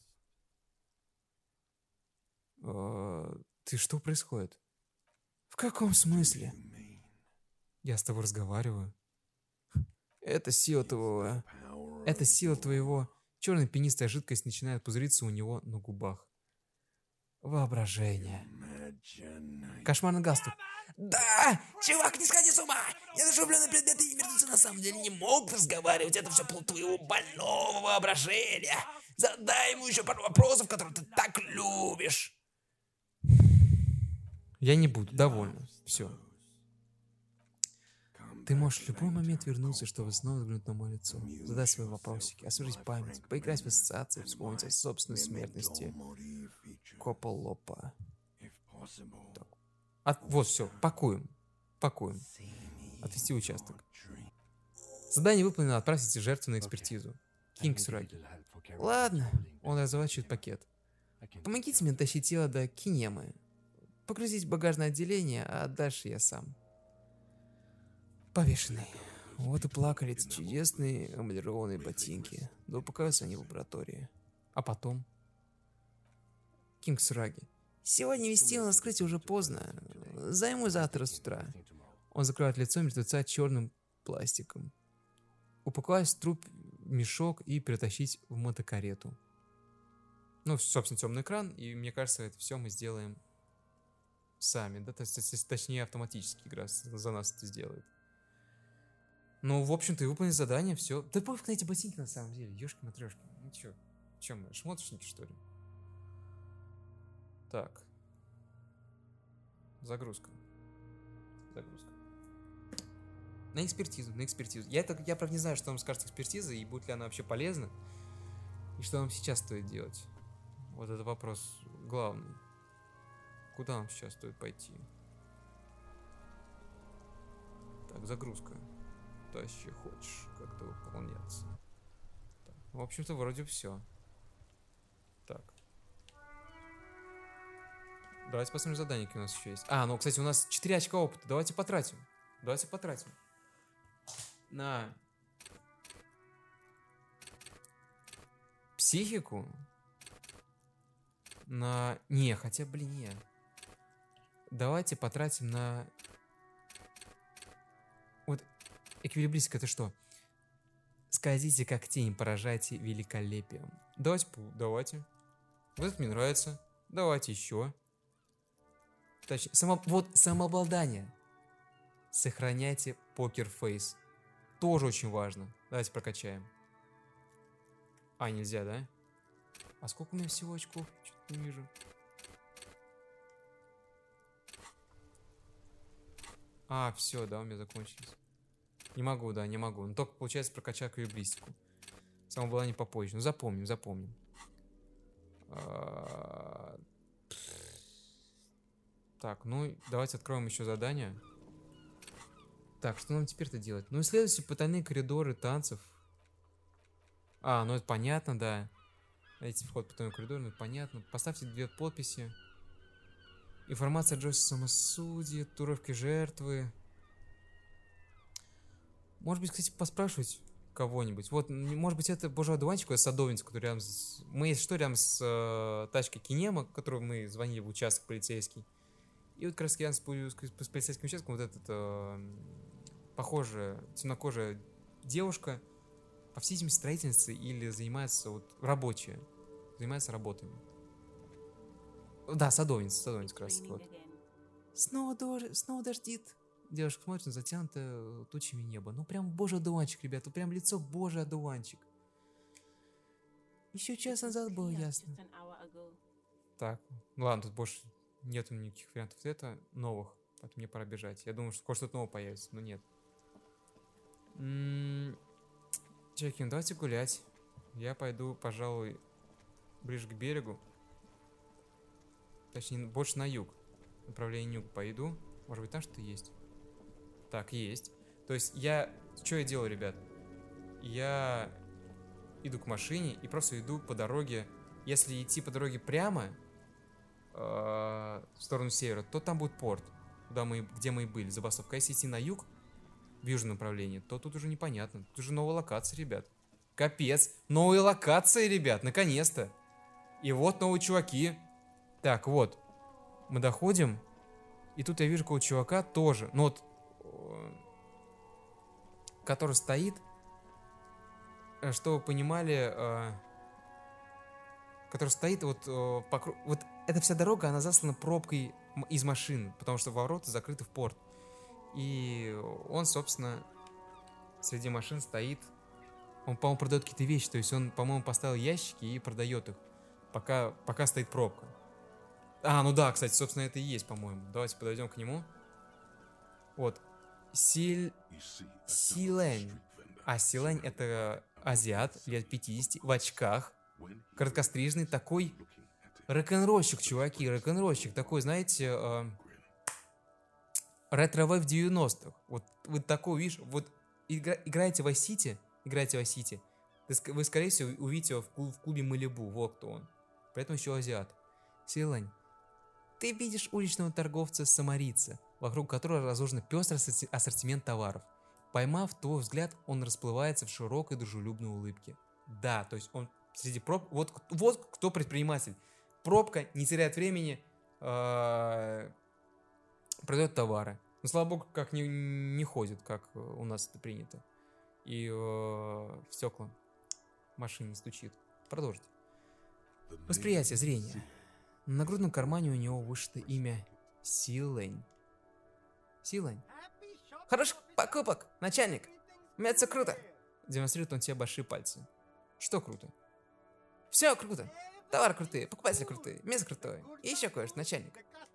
А, ты что происходит? В каком смысле? Я с тобой разговариваю. Это сила твоего... Это сила твоего... Черная пенистая жидкость начинает пузыриться у него на губах. Воображение. Кошмарный галстук. Да! Чувак, не сходи с ума! Я нашел влюбленные предметы, и мертвецы на самом деле не могут разговаривать. Это все плод твоего больного воображения. Задай ему еще пару вопросов, которые ты так любишь. Я не буду, довольно. Все. Ты можешь в любой момент вернуться, чтобы снова взглянуть на мое лицо, задать свои вопросики, освежить память, поиграть в ассоциации, вспомнить о собственной смертности. Копа-лопа. Так. От, вот, все, пакуем. Пакуем. Отвести участок. Задание выполнено, отправьте жертву на экспертизу. Кингсраги. Ладно, он разворачивает пакет. Помогите мне тащить тело до Кинемы. Погрузить в багажное отделение, а дальше я сам. Повешенный. Вот и плакали эти чудесные эмалированные ботинки. Да упакаются они в лаборатории. А потом? Кингсраги. Сегодня вести его на вскрытие уже поздно. Займу завтра с утра. Он закрывает лицо мертвеца черным пластиком. Упаковать труп в мешок и перетащить в мотокарету. Ну, собственно, темный экран. И мне кажется, это все мы сделаем сами. Да? Точнее, автоматически игра за нас это сделает. Ну, в общем-то, и выполнить задание, все. Да пофиг на эти ботинки, на самом деле. Ёшки-матрёшки. Ну чё? Чё мы, шмоточники, что ли? Так. Загрузка. Загрузка. На экспертизу, на экспертизу. Я, так, я правда, не знаю, что нам скажет экспертиза, и будет ли она вообще полезна. И что нам сейчас стоит делать. Вот это вопрос главный. Куда нам сейчас стоит пойти? Так, загрузка. Тащи хочешь как-то выполняться. Так, в общем-то, вроде все. Так. Давайте посмотрим задания, какие у нас еще есть. А, ну, кстати, у нас четыре очка опыта. Давайте потратим. Давайте потратим. На психику. На... Не, хотя, блин, не. Давайте потратим на... Вот, эквилибристика это что? Скользите как тень, поражайте великолепием. Давайте, давайте. Вот это мне нравится. Давайте еще. Точнее, само, вот самообладание. Сохраняйте покерфейс. Тоже очень важно. Давайте прокачаем. А, нельзя, да? А сколько у меня всего очков? Что-то не вижу. А, все, да, у меня закончились. Не могу, да, не могу. Но только, получается, прокачаю эквилибристику. Самообладание попозже. Ну, запомним, запомним. А... Так, ну, давайте откроем еще задание. Так, что нам теперь-то делать? Ну, исследуйте потайные коридоры танцев. А, ну это понятно, да. Эти вход в потайной коридор, ну это понятно. Поставьте две подписи. Информация о Джойсе самосуде, туровки жертвы. Может быть, кстати, поспрашивать кого-нибудь. Вот, может быть, это божий одуванчик, это садовница, который рядом с... Мы, если что, рядом с э, тачкой Кинема, которую мы звонили в участок полицейский. И вот как раз рядом с, с, с полицейским участком вот эта э, похожая, темнокожая девушка, по всей видимости, строительница или занимается вот рабочая, занимается работами. Да, садовница, садовница как раз вот. Снова, дож... Снова дождит. Девушка смотрит на затянутое тучами небо. Ну прям божий одуванчик, ребята, прям лицо божий одуванчик. Еще час назад было ясно. Так, ну ладно, тут больше нету никаких вариантов ответа новых, поэтому мне пора бежать. Я думаю, что скоро что-то новое появится, но нет. М-м- Чеки, ну давайте гулять. Я пойду, пожалуй, ближе к берегу. Точнее, больше на юг. Направление юг пойду. Может быть, там что-то есть? Так, есть. То есть я... Что я делаю, ребят? Я иду к машине и просто иду по дороге. Если идти по дороге прямо э, в сторону севера, то там будет порт, куда мы, где мы и были, забастовка. А если идти на юг, в южном направлении, то тут уже непонятно. Тут уже новая локация, ребят. Капец. Новые локации, ребят, наконец-то. И вот новые чуваки. Так, вот. Мы доходим. И тут я вижу какого-то чувака тоже. Ну вот. Который стоит. Чтобы вы понимали. Э, который стоит вот э, покру... Вот эта вся дорога, она заслана пробкой из машин. Потому что ворота закрыты в порт. И он, собственно, среди машин стоит. Он, по-моему, продает какие-то вещи. То есть он, по-моему, поставил ящики и продает их. Пока, пока стоит пробка. А, ну да, кстати, собственно, это и есть, по-моему. Давайте подойдем к нему. Вот. Силь... Силэнь. А Силэнь — это азиат, лет пятидесяти, в очках. Короткострижный, такой... Рок-н-ролльщик, чуваки, рок-н-ролльщик. Такой, знаете... Э... Ретро-вейв девяностых. Вот вы такой, видишь, вот игра... играете в Vice City, играете в Vice City, вы, скорее всего, увидите его в, клуб, в клубе Малибу, вот кто он. При этом еще азиат. Силань. Ты видишь уличного торговца-самарийца, вокруг которого разложен пестрый ассортимент товаров. Поймав твой взгляд, он расплывается в широкой дружелюбной улыбке. Да, то есть он среди проб... Вот, вот кто предприниматель. Пробка, не теряет времени, э... продает товары. Но, слава богу, как не, не ходит, как у нас это принято. И э... в стекла машины стучит. Продолжите. Восприятие, зрение. На нагрудном кармане у него вышито имя Силэнь. Силэнь. Хороших покупок, начальник. Это круто. Демонстрирует он тебе большие пальцы. Что круто? Все круто. Товары крутые, покупатели крутые, место крутое. И еще кое-что, начальник.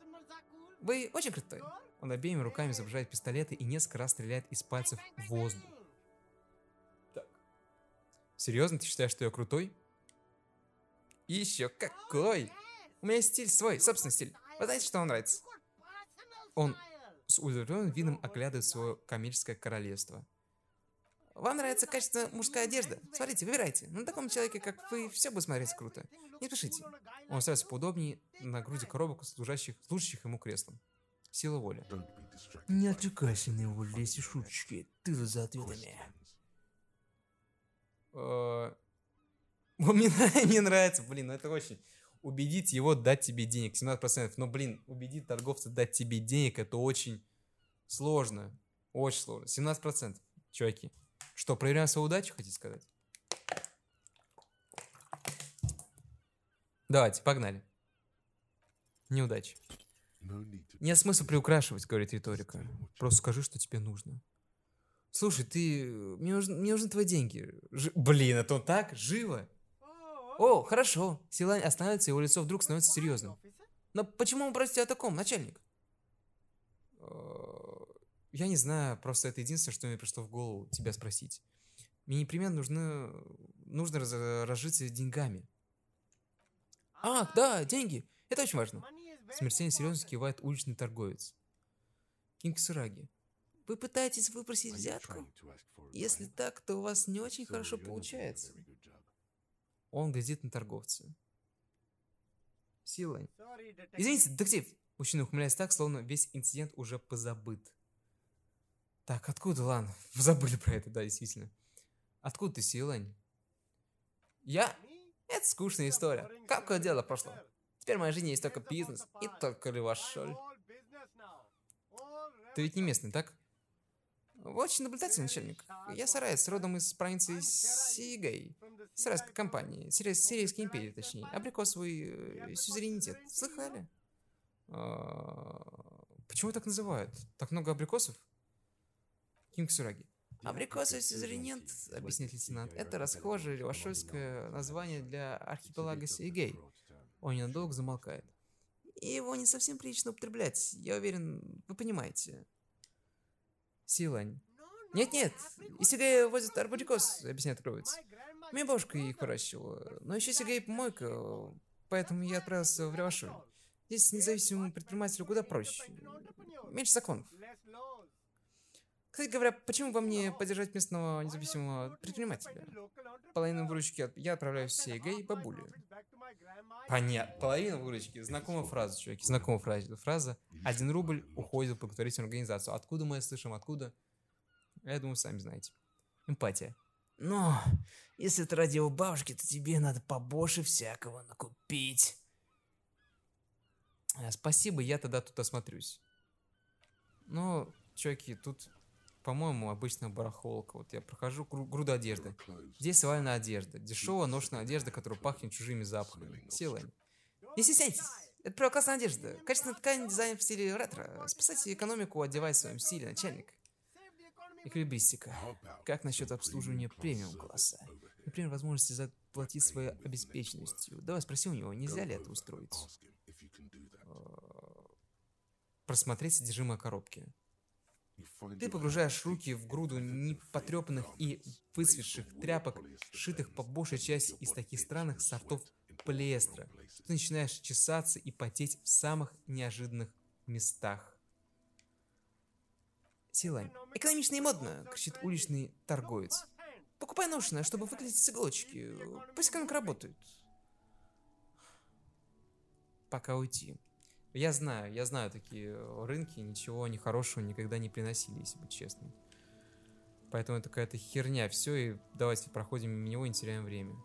Вы очень крутой. Он обеими руками изображает пистолеты и несколько раз стреляет из пальцев в воздух. Так. Серьезно, ты считаешь, что я крутой? И еще какой! У меня есть стиль свой, собственный стиль. Вы знаете, что вам нравится? Он с удовлетворенным видом оглядывает свое коммерческое королевство. Вам нравится качественная мужская одежда? Смотрите, выбирайте. На таком человеке, как вы, все будет смотреться круто. Не спешите. Он устраивается поудобнее на груди коробок, служащих, служащих ему креслом. Сила воли. Не отвлекайся на его лезь и шуточки. Ты за ответами. Мне нравится, блин, это очень... Убедить его дать тебе денег, семнадцать процентов. Но, блин, убедить торговца дать тебе денег, это очень сложно. Очень сложно. семнадцать процентов, чуваки. Что, проверяем свою удачу, хотите сказать? Давайте, погнали. Неудачи. Нет смысла приукрашивать, говорит риторика. Просто скажи, что тебе нужно. Слушай, ты... Мне нужны, мне нужны твои деньги. Ж... Блин, это он так? Живо? О, хорошо. Силань останавливается, его лицо вдруг становится серьезным. Но почему вы просите о таком, начальник? Я не знаю, просто это единственное, что мне пришло в голову тебя спросить. Мне непременно нужно, нужно раз, разжиться деньгами. Ах, да, деньги. Это очень важно. Смертельно серьезно кивает уличный торговец. Кингсураги, вы пытаетесь выпросить взятку? Если так, то у вас не очень хорошо получается. Он глядит на торговца. Силань. Извините, детектив. Мужчина ухмыляется так, словно весь инцидент уже позабыт. Так, откуда, Лан? Забыли про это, да, действительно. Откуда ты, Силань? Я? Это скучная история. Какое дело прошло? Теперь в моей жизни есть только бизнес и только левашоль. Ты ведь не местный, так? Вы очень наблюдательный начальник. Я сараец, родом из провинции Сигэй. Сарайской компании. Сирий- Сирийской империи, точнее. Абрикосовый э, сюзеренитет. Слыхали? А, Почему так называют? Так много абрикосов? Кингсураги. Абрикосовый сюзеренитет, объяснит лейтенант, это расхожее левашольское название для архипелага Сигэй. Он ненадолго замолкает. И его не совсем прилично употреблять, я уверен, вы понимаете. Силань. Нет-нет, из Сигэй возят абрикос, объясняет торговец. Моя бабушка их выращивала, но еще Сигэй помойка, поэтому я отправился в Левашоль. Здесь независимому предпринимателю куда проще. Меньше законов. Кстати говоря, почему бы мне поддержать местного независимого предпринимателя? Половину выручки я отправляю в Сигэй и бабуле. Понятно. Половина выручки. Знакомая фраза, чуваки. Знакомая фраза. Фраза «Один рубль уходит в благотворительную организацию». Откуда мы это слышим? Откуда? Я думаю, сами знаете. Эмпатия. Но, если это ради его бабушки, то тебе надо побольше всякого накупить. А, Спасибо, я тогда тут осмотрюсь. Ну, чуваки, тут, по-моему, обычная барахолка. Вот я прохожу гру- груду одежды. Здесь сваленная одежда. Дешевая ношеная одежда, которая пахнет чужими запахами. Силань. Не стесняйтесь. Это первоклассная одежда. Качественная ткань, дизайн в стиле ретро. Спасайте экономику, одевай в своем стиле, начальник. Эквилибристика. Как насчет обслуживания премиум-класса? Например, возможности заплатить своей обеспеченностью. Давай спроси у него, нельзя ли это устроить? Просмотреть содержимое коробки. Ты погружаешь руки в груду непотрепанных и выцветших тряпок, сшитых по большей части из таких странных сортов полиэстера. Ты начинаешь чесаться и потеть в самых неожиданных местах. Силань. Экономично и модно, кричит уличный торговец. Покупай ношеное, чтобы выглядеть с иголочки. Пусть экономика работает. Пока уйти. Я знаю, я знаю такие рынки, ничего нехорошего никогда не приносили, если быть честным. Поэтому это какая-то херня, все, и давайте проходим мимо него и не теряем время.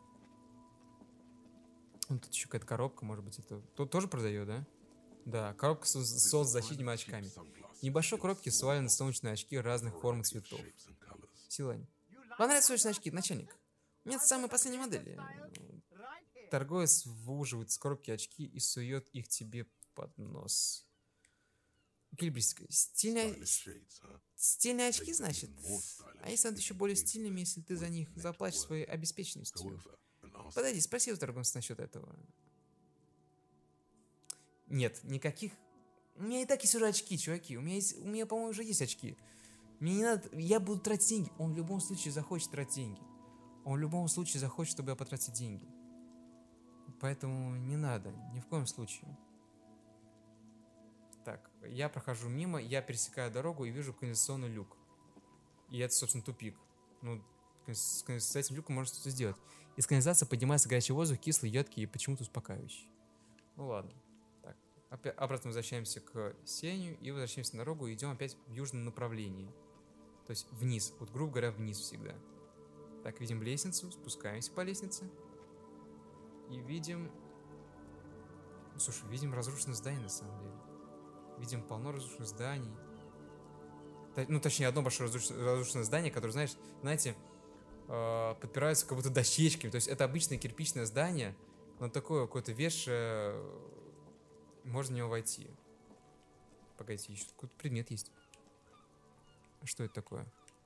Вот тут еще какая-то коробка, может быть, это... Тут тоже продает, да? Да, коробка с солнцезащитными очками. В небольшой коробке свалены солнечные очки разных форм и цветов. Силань. Вам нравятся солнечные очки, начальник? У меня самые последние модели. Торговец выуживает из коробки очки и сует их тебе под нос. Эквилибристика. Стильные... Стильные очки, значит? А они станут еще более стильными, если ты за них заплатишь своей обеспеченностью. Подойди, спроси у торговца насчет этого. Нет, никаких... У меня и так есть уже очки, чуваки. У меня, есть... У меня, по-моему, уже есть очки. Мне не надо... Я буду тратить деньги. Он в любом случае захочет тратить деньги. Он в любом случае захочет, чтобы я потратил деньги. Поэтому не надо. Ни в коем случае. Так, я прохожу мимо, я пересекаю дорогу и вижу канализационный люк. И это, собственно, тупик. Ну, с, с этим люком можно что-то сделать. Из канализации поднимается горячий воздух, кислый, едкий и почему-то успокаивающий. Ну ладно. Так, опять, обратно возвращаемся к сению и возвращаемся на дорогу и идем опять в южном направлении. То есть вниз, вот грубо говоря, вниз всегда. Так, видим лестницу, спускаемся по лестнице. И видим... Слушай, видим разрушенное здание на самом деле. Видим полно разрушенных зданий. Ну, точнее, одно большое разрушенное здание, которое, знаешь, знаете, подпираются как будто дощечками. То есть это обычное кирпичное здание, но такое какое-то вешее, можно в него войти. Погодите, еще какой-то предмет есть. Что это такое?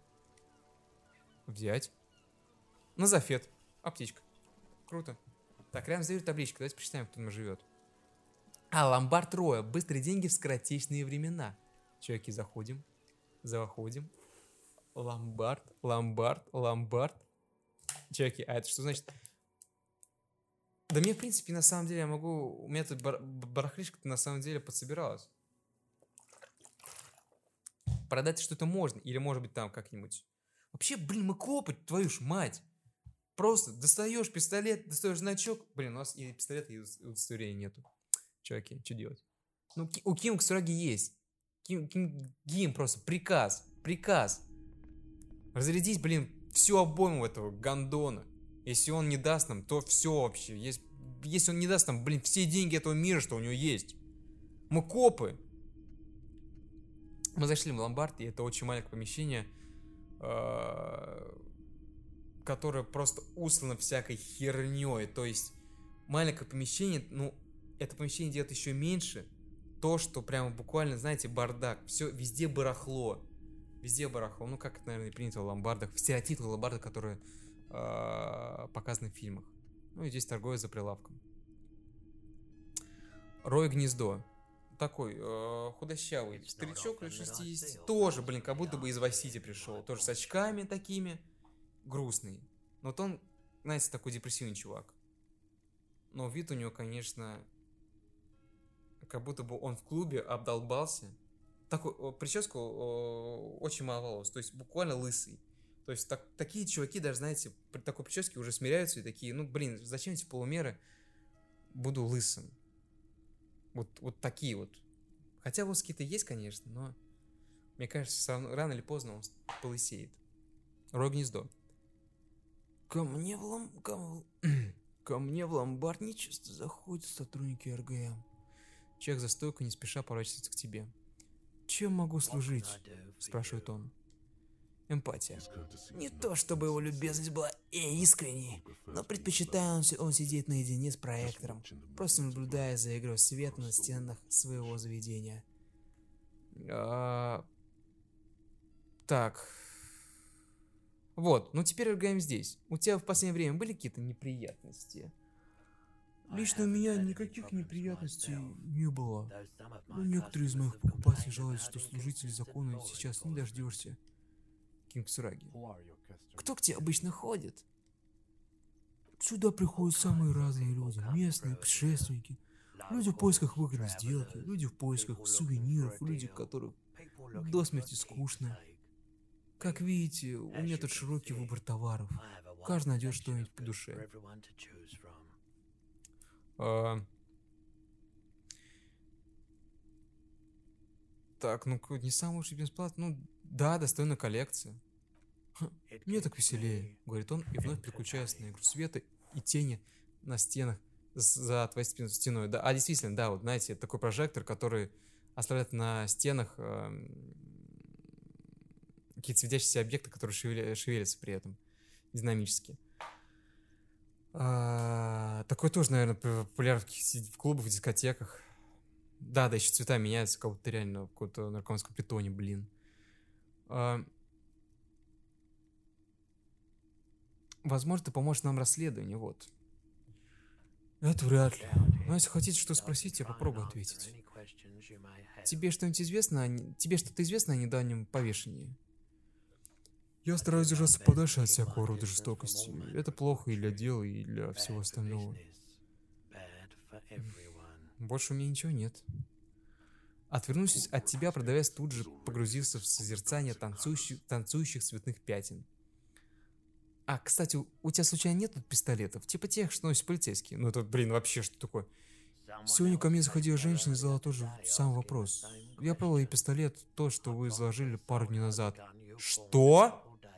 Взять. Назафет. Аптечка. Круто. Так, рядом с дверью табличка. Давайте прочитаем, кто там живет. А, ломбард Роя. Быстрые деньги в скоротечные времена. Чуваки, заходим. Заходим. Ломбард, ломбард, ломбард. Чуваки, а это что значит? Да мне, в принципе, на самом деле, я могу... У меня тут бар... барахлишка-то на самом деле подсобиралась. Продать что-то можно. Или, может быть, там как-нибудь... Вообще, блин, мы копы, твою ж мать. Просто достаешь пистолет, достаешь значок. Блин, у нас и пистолета, и удостоверения нету. Чуваки, что делать? Ну, у Ким Ксураги есть. Ким, Ким, Ким просто приказ. Приказ. Разрядить, блин, всю обойму этого гондона. Если он не даст нам, то все вообще. Если, если он не даст нам, блин, все деньги этого мира, что у него есть. Мы копы. Мы зашли в ломбард, и это очень маленькое помещение, которое просто услано всякой херней. То есть маленькое помещение, ну, это помещение делает еще меньше. То, что прямо буквально, знаете, бардак. Все, везде барахло. Везде барахло. Ну, как это, наверное, принято в ломбардах. В стереотипных ломбардах, которые э, показаны в фильмах. Ну, и здесь торговец за прилавком. Рой гнездо. Такой э, худощавый старичок лет шестидесяти. Тоже, блин, как будто бы из Вайс-Сити пришел. Тоже с очками такими. Грустный. Но вот он, знаете, такой депрессивный чувак. Но вид у него, конечно, как будто бы он в клубе обдолбался. Такой, прическу о, очень мало волос, то есть буквально лысый. То есть так, такие чуваки даже, знаете, при такой прическе уже смиряются и такие, ну, блин, зачем эти полумеры? Буду лысым. Вот, вот такие вот. Хотя волосы какие-то есть, конечно, но мне кажется, рано или поздно он полысеет. Рой гнездо. Ко мне в лом... Ко... Ко мне в ломбард нечасто заходят сотрудники эр гэ эм. Человек за стойкой не спеша поворачивается к тебе. «Чем могу служить?» – спрашивает он. Эмпатия. Не то, чтобы его любезность была искренней, но предпочитаю он, он сидеть наедине с проектором, просто наблюдая за игрой света на стенах своего заведения. А... Так. Вот, ну теперь эр гэ эм здесь. У тебя в последнее время были какие-то неприятности? Лично у меня никаких неприятностей не было. Но некоторые из моих покупателей жалуются, что служителей закона сейчас не дождешься. Ким Ксураги. Кто к тебе обычно ходит? Сюда приходят самые разные люди. Местные, путешественники. Люди в поисках выгодной сделки. Люди в поисках сувениров. Люди, которым до смерти скучно. Как видите, у меня тут широкий выбор товаров. Каждый найдет что-нибудь по душе. А... Так, ну не самый лучший бензплат. Ну да, достойная коллекция. Ха, мне так веселее, говорит он, и вновь переключаясь на игру света и тени на стенах за твоей стеной. Да, а действительно, да, вот знаете, такой прожектор, который оставляет на стенах э, какие-то светящиеся объекты, которые шевеля, шевелятся при этом динамически. А, такой тоже, наверное, популярен в клубах, в дискотеках. Да, да, еще цвета меняются, как будто реально в каком-то наркоманском питоне, блин. А, возможно, ты поможешь нам в расследовании, вот. Это вряд ли. Но если хотите что спросить, я попробую ответить. Тебе что-нибудь известно о... Тебе что-то известно о недавнем повешении? Я стараюсь держаться подальше от всякого рода жестокости. Это плохо и для дела, и для всего остального. Больше у меня ничего нет. Отвернувшись от тебя, продавец тут же погрузился в созерцание танцующих, танцующих цветных пятен. А, кстати, у, у тебя случайно нет тут пистолетов? Типа тех, что носят полицейские? Ну это, блин, вообще что такое? Сегодня ко мне заходила женщина и задала тоже сам вопрос. Я продал ей пистолет, то, что вы изложили пару дней назад. Что?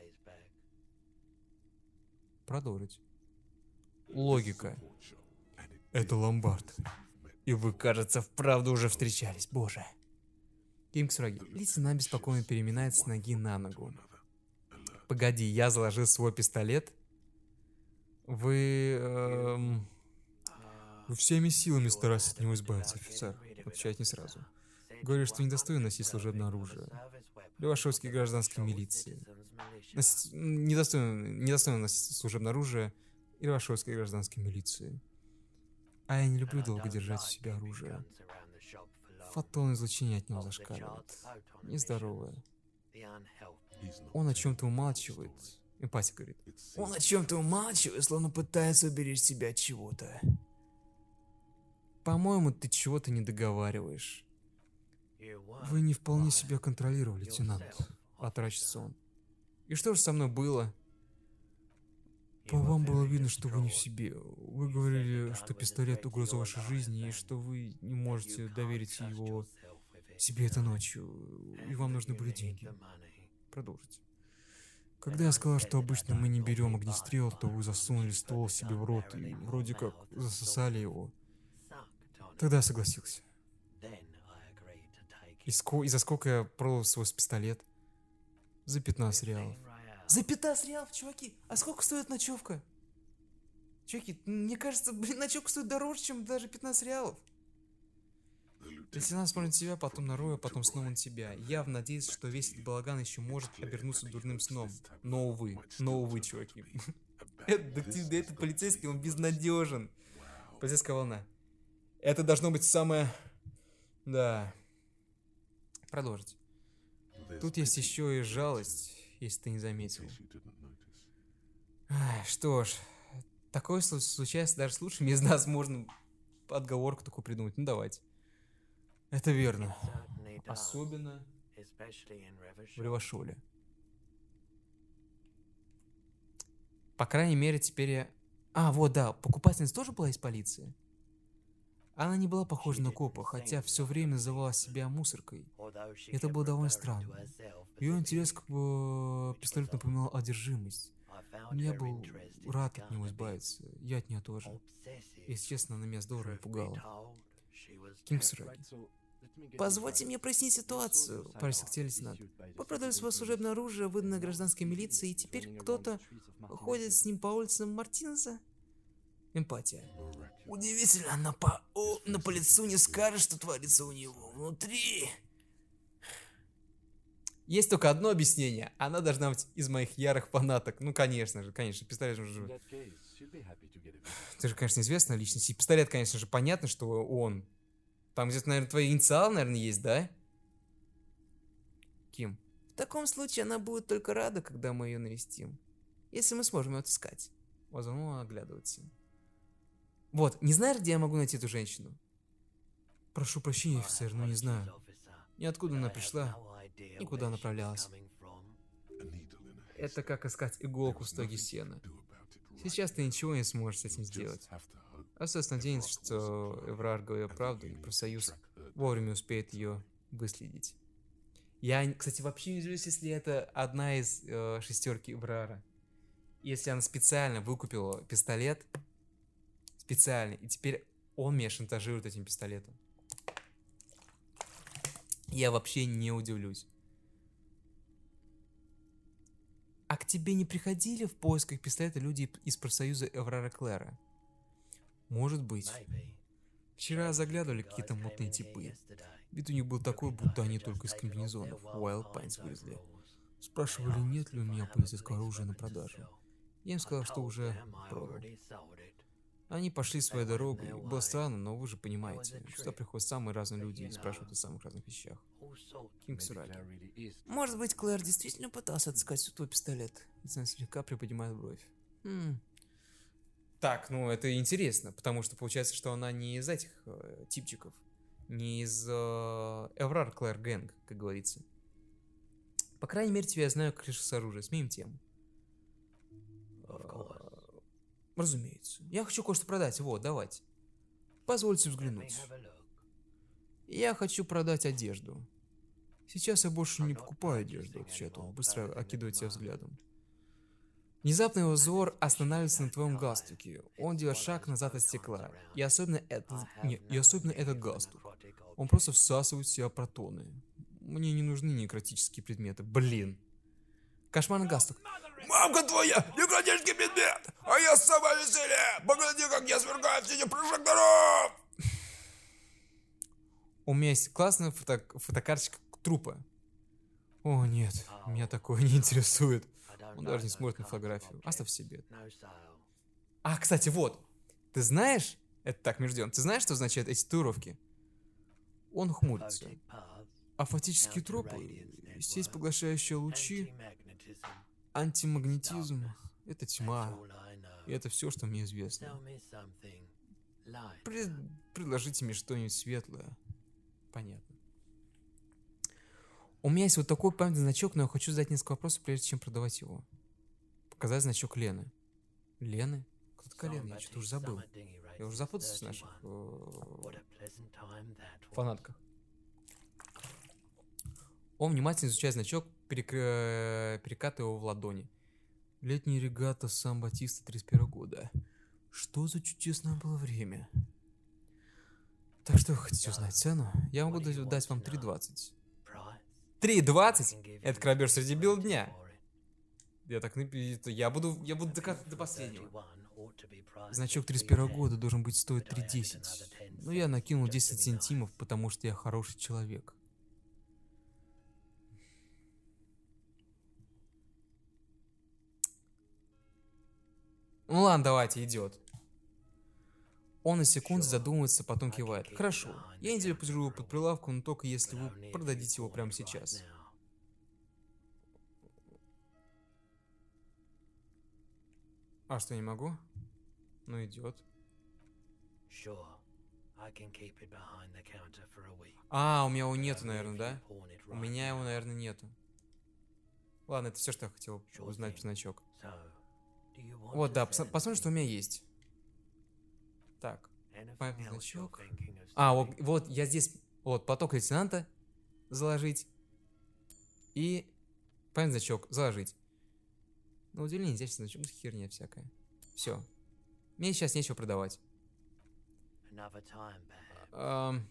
Продолжить. Логика. Это ломбард. И вы, кажется, вправду уже встречались, боже. Ким Ксураги. Лейтенант беспокойно переминается с ноги на ногу. Погоди, я заложил свой пистолет? Вы... Эм... Вы всеми силами стараетесь от него избавиться, офицер. Отвечает не сразу. Говоришь, что недостоин носить служебное оружие. Левашовский гражданской милиции. Носить- Недостоин, недостоин носить служебное оружие и Левашовской гражданской милиции. А я не люблю долго держать в себе оружие. Фотон излучение от него зашкаливает. Нездоровое. Он о чем-то умалчивает. Эмпатия говорит. Он о чем-то умалчивает, словно пытается уберечь себя от чего-то. По-моему, ты чего-то не договариваешь. Вы не вполне себя контролировали, лейтенант. Отрачится он. И что же со мной было? По вам было видно, что вы не в себе. Вы говорили, что пистолет — угроза вашей жизни, и что вы не можете доверить его себе этой ночью, и вам нужны были деньги. Продолжите. Когда я сказал, что обычно мы не берем огнестрел, то вы засунули ствол себе в рот и вроде как засосали его. Тогда я согласился. И, ско... и за сколько я продал свой пистолет? За пятнадцать реалов. За пятнадцать реалов, чуваки? А сколько стоит ночевка? Чуваки, мне кажется, блин, ночевка стоит дороже, чем даже пятнадцать реалов. Лейтенант смотрит на себя, потом на Роя, потом снова на себя. Явно надеется, что весь этот балаган еще может обернуться дурным сном. Но увы, но увы, чуваки. Этот детектив, да этот полицейский, он безнадежен. Полицейская волна. Это должно быть самое... Да. Продолжить. Тут есть еще и жалость, если ты не заметил. Ай, что ж, такое слу- случается даже с лучшими из нас, можно отговорку такую придумать. Ну давайте. Это верно. Особенно в Левашоле. По крайней мере, теперь я... А, вот, да, покупательница тоже была из полиции? Она не была похожа на копа, хотя все время называла себя мусоркой. Это было довольно странно. Ее интерес к э, пистолету напоминал одержимость. Я был рад от него избавиться. Я от нее тоже. Если честно, она меня здорово напугала. Кингсраги. Позвольте мне прояснить ситуацию. Парень лейтенант. Вы продали свое служебное оружие, выданное гражданской милиции, и теперь кто-то ходит с ним по улицам Мартинеса? Эмпатия. Удивительно, но по, о, но по лицу не скажешь, что творится у него внутри. Есть только одно объяснение. Она должна быть из моих ярых фанаток. Ну, конечно же, конечно. Пистолет же... Ты же, конечно, известная личность. И пистолет, конечно же, понятно, что он. Там где-то, наверное, твои инициалы, наверное, есть, да? Ким. В таком случае она будет только рада, когда мы ее навестим. Если мы сможем ее отыскать. Возможно, он оглядывается. Вот, не знаешь, где я могу найти эту женщину? Прошу прощения, офицер, но не знаю. Ниоткуда она пришла, никуда направлялась. Это как искать иголку в стоге сена. Сейчас ты ничего не сможешь с этим сделать. Остается надеяться, что Эврар говорил правду, и профсоюз вовремя успеет ее выследить. Я, кстати, вообще не удивлюсь, если это одна из э, шестерки Эврара. Если она специально выкупила пистолет, специально, и теперь он меня шантажирует этим пистолетом. Я вообще не удивлюсь. А к тебе не приходили в поисках пистолета люди из профсоюза Эврара Клэра? Может быть. Вчера заглядывали какие-то мутные типы. Вид у них был такой, будто они только из комбинезонов Wild Pines вылезли. Спрашивали, нет ли у меня полицейского оружия на продажу. Я им сказал, что уже продал. Они пошли своей дорогой. Было странно, но вы же понимаете, что приходят самые разные люди и спрашивают о самых разных вещах. Кингсраги. Может быть, Клэр действительно пытался отыскать твой пистолет? Лейтенант слегка приподнимает бровь. Хм. Так, ну это интересно, потому что получается, что она не из этих э, типчиков. Не из э, Эврар Клэр Гэнг, как говорится. По крайней мере, тебя я знаю как лишь с оружия. Сменим тему. Разумеется. Я хочу кое-что продать. Вот, давайте. Позвольте взглянуть. Я хочу продать одежду. Сейчас я больше не покупаю одежду, отвечает он, быстро окидывая тебя взглядом. Внезапно его взор останавливается на твоем галстуке. Он делает шаг назад от стекла. И особенно этот... Не, и особенно этот галстук. Он просто всасывает в себя протоны. Мне не нужны некротические предметы. Блин. Кошмарный галстук. Мамка твоя, некротический предмет! А я сама веселье! Погляди, как я свергаю все эти прожекторов! У меня есть классная фото фотокарточка трупа. О, нет, меня такое не интересует. Он даже не смотрит на фотографию. Оставь себе. А, кстати, вот. Ты знаешь, это так, между делом, ты знаешь, что означают эти татуировки? Он хмурится. А фотические тропы, сеть, поглощающая лучи, антимагнетизм — это тьма. И это все, что мне известно. Пред... Предложите мне что-нибудь светлое. Понятно. У меня есть вот такой памятный значок, но я хочу задать несколько вопросов, прежде чем продавать его. Показать значок Лены. Лены? Кто такая Лена? Я что-то уже забыл. Я уже запутался в наших э, фанатках. Он внимательно изучает значок, перек... перекатывая его в ладони. Летняя регата Сан-Батиста тридцать первого года. Что за чудесное было время. Так что вы хотите узнать цену? Я могу дать вам три двадцать. три двадцать? Это грабеж среди бела дня. Я так я буду я буду докатывать до последнего. Значок тридцать первого года должен быть стоить три десять. Но я накинул десять сантимов, потому что я хороший человек. Ну ладно, давайте, идет. Он на секунду задумывается, потом кивает. Хорошо, я неделю подержу под прилавком, но только если вы продадите его прямо сейчас. А что, не могу? Ну, идет. А, у меня его нету, наверное, да? У меня его, наверное, нету. Ладно, это все, что я хотел узнать про значок. Вот, да, пос посмотрим, что у меня есть. Так, памятный значок. А, вот, вот, я здесь, вот, поток лейтенанта заложить. И памятный значок заложить. На удивление, здесь значок, ну, херня всякая. Все. Мне сейчас нечего продавать. Um,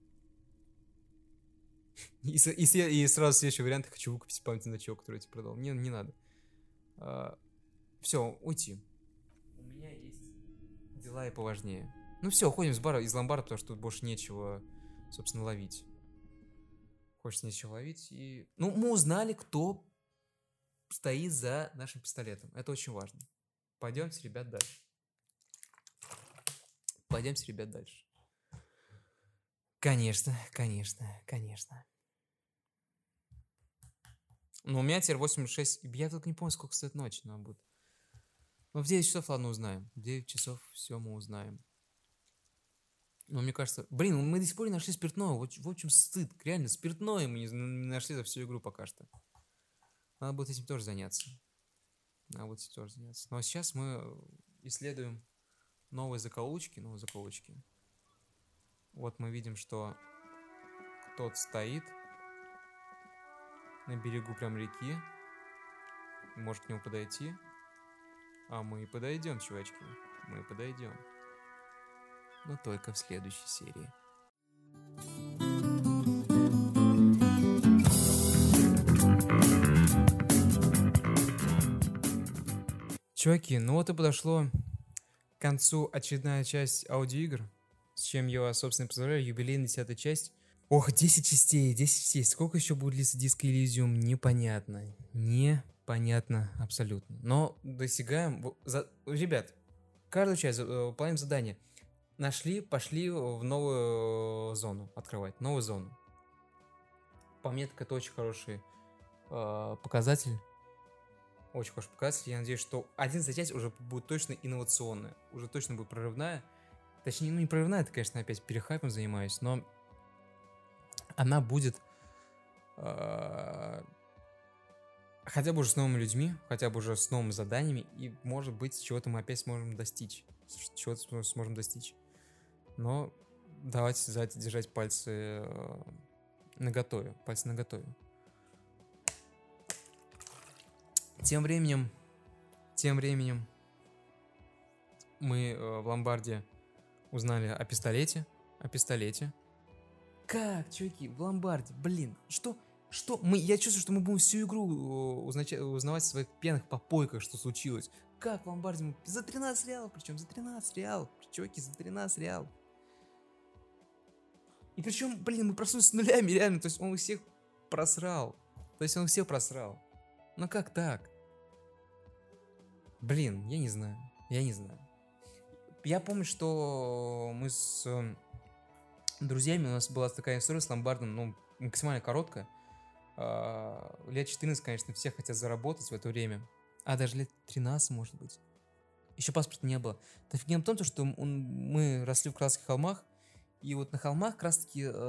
и, и, и сразу следующий вариант, я хочу выкупить памятный значок, который я тебе продал. Не, не надо. Uh, все, уйти. У меня есть дела и поважнее. Ну все, уходим с бара, из ломбарда, потому что тут больше нечего, собственно, ловить. Хочется нечего ловить. И... Ну, мы узнали, кто стоит за нашим пистолетом. Это очень важно. Пойдемте, ребят, дальше. Пойдемте, ребят, дальше. Конечно, конечно, конечно. Но у меня теперь восемьдесят шесть. Я только не помню, сколько стоит ночь, но будет. Но в девять часов, ладно, узнаем. В девять часов все мы узнаем. Но мне кажется... Блин, мы до сих пор не нашли спиртное. Вот, вот в чем стыд. Реально, спиртное мы не, не нашли за всю игру пока что. Надо будет этим тоже заняться. Надо будет этим тоже заняться. Но сейчас мы исследуем новые закоулочки. Новые закоулочки. Вот мы видим, что кто-то стоит на берегу прям реки. Может к нему подойти. А мы и подойдем, чувачки. Мы подойдем. Но только в следующей серии. Чуваки, ну вот и подошло к концу очередная часть аудиоигр. С чем я вас, собственно, поздравляю. Юбилейная десятая часть. Ох, десять частей, десять частей. Сколько еще будет длиться Disco Elysium? Непонятно. Непонятно абсолютно. Но достигаем... За... Ребят, каждую часть выполняем задание. Нашли, пошли в новую зону открывать. Новую зону. По мне, так это очень хороший э, показатель. Очень хороший показатель. Я надеюсь, что одиннадцатая часть уже будет точно инновационная. Уже точно будет прорывная. Точнее, ну не прорывная, это, конечно, опять перехайпом занимаюсь, но она будет э, хотя бы уже с новыми людьми, хотя бы уже с новыми заданиями, и, может быть, чего-то мы опять сможем достичь. Чего-то сможем достичь. Но давайте, давайте держать пальцы э, наготове. Пальцы наготове. Тем временем, тем временем мы э, в ломбарде узнали о пистолете. О пистолете. Как, чуваки, в ломбарде? Блин, что? Что? Мы, я чувствую, что мы будем всю игру узнать, узнавать в своих пьяных попойках, что случилось. Как в ломбарде мы... За тринадцать реалов, причем за тринадцать реалов. Чуваки, за тринадцать реалов. И причем, блин, мы проснулись с нулями, реально. То есть он всех просрал. То есть он всех просрал. Ну как так? Блин, я не знаю. Я не знаю. Я помню, что мы с э, друзьями, у нас была такая история с ломбардом, ну, максимально короткая. А, лет четырнадцать, конечно, все хотят заработать в это время. А даже лет тринадцать, может быть. Еще паспорта не было. Но фигня в том, что он- мы росли в Красных холмах, и вот на холмах как раз-таки э,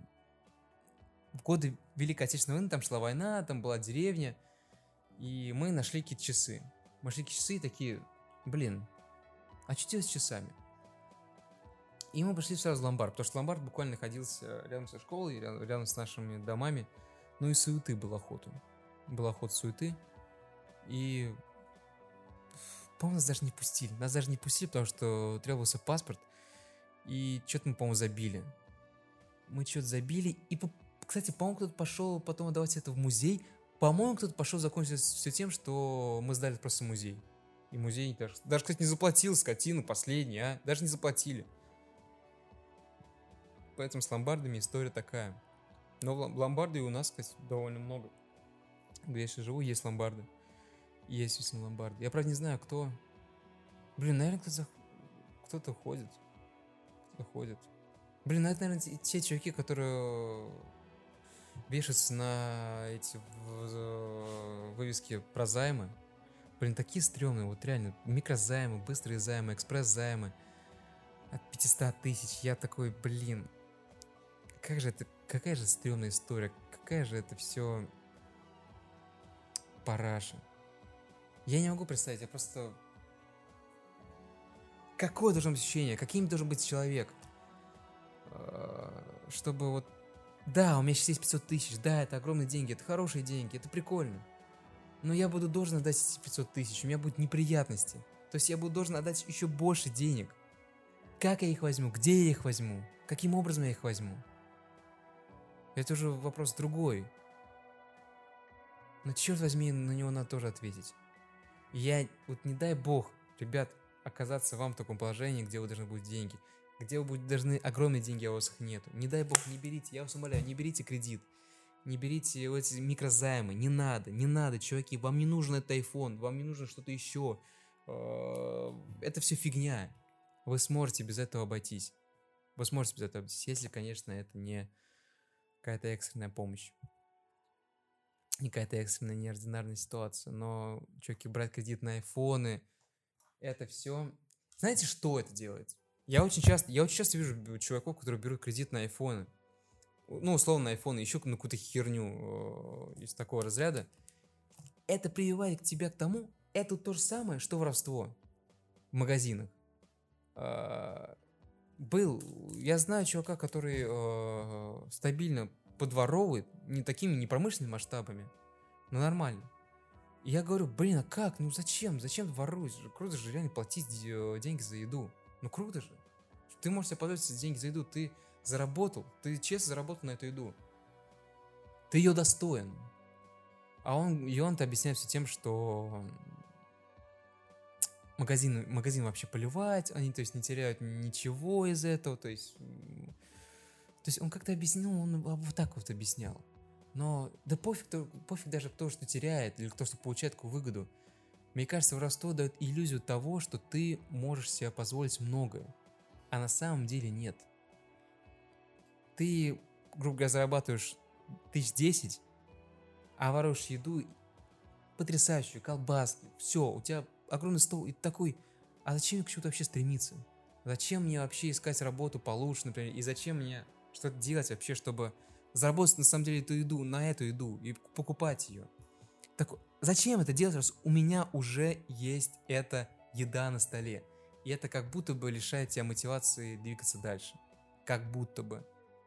в годы Великой Отечественной войны там шла война, там была деревня, и мы нашли какие-то часы. Мы нашли какие-то часы и такие, блин, а что делать с часами? И мы пошли сразу в ломбард, потому что ломбард буквально находился рядом со школой, рядом, рядом с нашими домами. Ну и суеты был охоту. Был охота суеты. И, по-моему, нас даже не пустили. Нас даже не пустили, потому что требовался паспорт. И что-то мы, по-моему, забили. Мы что-то забили. И, по- кстати, по-моему, кто-то пошел потом отдавать это в музей. По-моему, кто-то пошел закончить все тем, что мы сдали просто в музей. И музей даже, даже, кстати, не заплатил скотину последний, а? Даже не заплатили. Поэтому с ломбардами история такая. Но в лом- ломбарды у нас, кстати, довольно много. Где я сейчас живу, есть ломбарды. Есть действительно ломбарды. Я, правда, не знаю, кто. Блин, наверное, кто-то, кто-то ходит. Кто-то ходит. Блин, ну это, наверное, те, те чуваки, которые вешаются на эти в- вывески про займы. Блин, такие стрёмные, вот реально. Микрозаймы, быстрые займы, экспресс-займы. От пятисот тысяч. Я такой, блин. Как же это, какая же стрёмная история. Какая же это все параша. Я не могу представить, я просто... Какое должно быть ощущение? Каким должен быть человек? э, Чтобы вот... Да, у меня сейчас есть пятьсот тысяч, да, это огромные деньги, это хорошие деньги, это прикольно. Но я буду должен отдать эти пятьсот тысяч, у меня будут неприятности. То есть я буду должен отдать еще больше денег. Как я их возьму? Где я их возьму? Каким образом я их возьму? Это уже вопрос другой. Но черт возьми, на него надо тоже ответить. И я, вот не дай бог, ребят, оказаться вам в таком положении, где вы должны будут деньги. Где вы будете должны огромные деньги, а у вас их нету. Не дай бог, не берите, я вас умоляю, не берите кредит. Не берите вот эти микрозаймы, не надо, не надо, чуваки, вам не нужен этот iPhone, вам не нужно что-то еще. Э, Это все фигня. Вы сможете без этого обойтись. Вы сможете без этого обойтись, если, конечно, это не какая-то экстренная помощь. Не какая-то экстренная, неординарная ситуация. Но, чуваки, брать кредит на айфоны, это все... Знаете, что это делает? Я очень часто, я очень часто вижу чуваков, которые берут кредит на айфоны. Ну, условно, на айфоны, еще на какую-то херню э, из такого разряда. Это прививает к тебя к тому, это то же самое, что воровство в магазинах. А, был, я знаю чувака, который э, стабильно подворовывает, не такими, не промышленными масштабами, но нормально. И я говорю, блин, а как? Ну зачем? Зачем ты воруешь? Круто же реально платить э, деньги за еду. Ну круто же. Ты можешь себе позволить эти деньги за еду. Ты заработал, ты честно заработал на эту еду. Ты ее достоин. А он, и он-то объясняет все тем, что магазин, магазин вообще поливать, они, то есть, не теряют ничего из этого, то есть... м, То есть он как-то объяснил, он вот так вот объяснял. Но да пофиг, кто- пофиг даже кто что теряет или кто что получает какую выгоду. Мне кажется, воровство дает иллюзию того, что ты можешь себе позволить многое. А на самом деле нет. Ты, грубо говоря, зарабатываешь тысяч десять, а воруешь еду потрясающую, колбаски, все, у тебя огромный стол, и ты такой, а зачем мне к чему-то вообще стремиться? Зачем мне вообще искать работу получше, например, и зачем мне что-то делать вообще, чтобы заработать на самом деле эту еду, на эту еду, и покупать ее? Так зачем это делать, раз у меня уже есть эта еда на столе? И это как будто бы лишает тебя мотивации двигаться дальше. Как будто бы.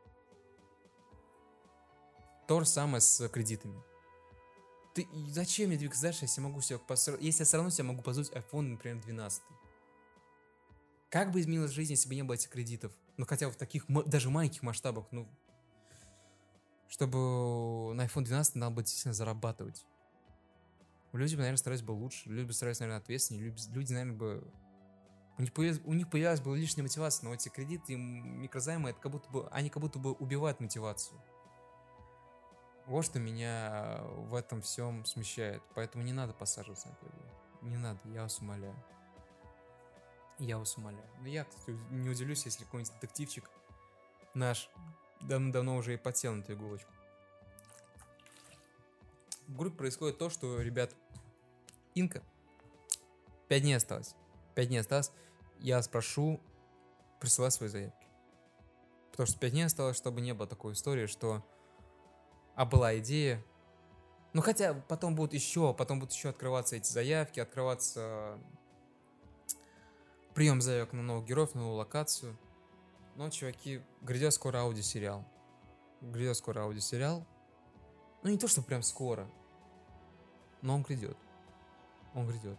То же самое с кредитами. Ты, и зачем мне двигаться дальше, если я могу себе позволить, если я все равно себе могу позволить iPhone, например, двенадцать? Как бы изменилась жизнь, если бы не было этих кредитов? Ну, хотя бы в таких, м- даже маленьких масштабах, ну, чтобы на iPhone двенадцать надо было действительно зарабатывать. Люди бы, наверное, старались бы лучше, люди бы старались, наверное, ответственнее, люди, люди, наверное, бы У них, появилась, у них появилась была лишняя мотивация, но эти кредиты и микрозаймы, это как будто бы, они как будто бы убивают мотивацию. Вот что меня в этом всем смущает. Поэтому не надо посаживаться на первую. Не надо, я вас умоляю. Я вас умоляю. Но я, кстати, не удивлюсь, если какой-нибудь детективчик наш давно уже и подсел на эту иголочку. В группе происходит то, что, ребят, Инка, пять дней осталось. Пять дней осталось. Я вас прошу присылать свои заявки. Потому что пять дней осталось, чтобы не было такой истории, что а была идея. Ну, хотя потом будут еще, потом будут еще открываться эти заявки, открываться прием заявок на новых героев, на новую локацию. Но, чуваки, грядет скоро аудиосериал. Грядет скоро аудиосериал. Ну, не то, что прям скоро. Но он грядет. Он грядет.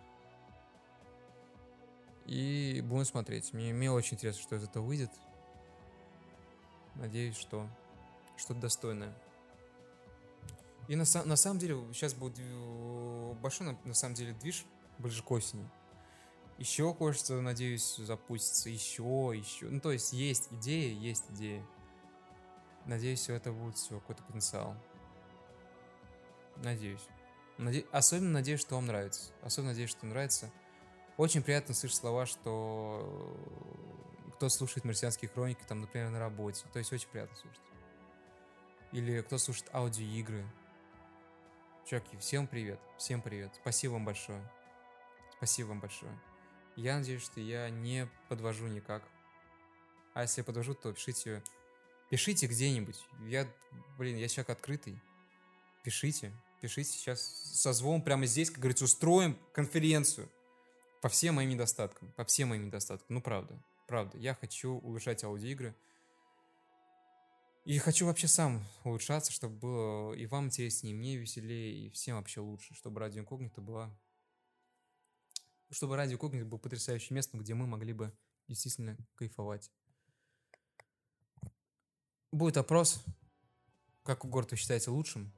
И будем смотреть. Мне, мне очень интересно, что из этого выйдет. Надеюсь, что что-то достойное. И на, на самом деле, сейчас будет большой, на, на самом деле, движ ближе к осени. Еще кое-что, надеюсь, запустится. Еще, еще. Ну, то есть, есть идея, есть идея. Надеюсь, все это будет все, какой-то потенциал. Надеюсь. Наде... Особенно надеюсь, что вам нравится. Особенно надеюсь, что нравится. Очень приятно слышать слова, что кто слушает «Марсианские хроники», там, например, на работе. То есть, очень приятно слушать. Или кто слушает аудиоигры. Чуваки, всем привет. Всем привет. Спасибо вам большое. Спасибо вам большое. Я надеюсь, что я не подвожу никак. А если я подвожу, то пишите... Пишите где-нибудь. Я, блин, я человек открытый. Пишите. Пишите. Сейчас созвон прямо здесь, как говорится, устроим конференцию. По всем моим недостаткам. По всем моим недостаткам. Ну, правда. Правда. Я хочу улучшать аудиоигры. И хочу вообще сам улучшаться, чтобы было и вам интереснее, и мне веселее, и всем вообще лучше. Чтобы Радио Инкогнито была... Чтобы Радио Инкогнито было потрясающим местом, где мы могли бы действительно кайфовать. Будет опрос. Какой город вы считаете лучшим?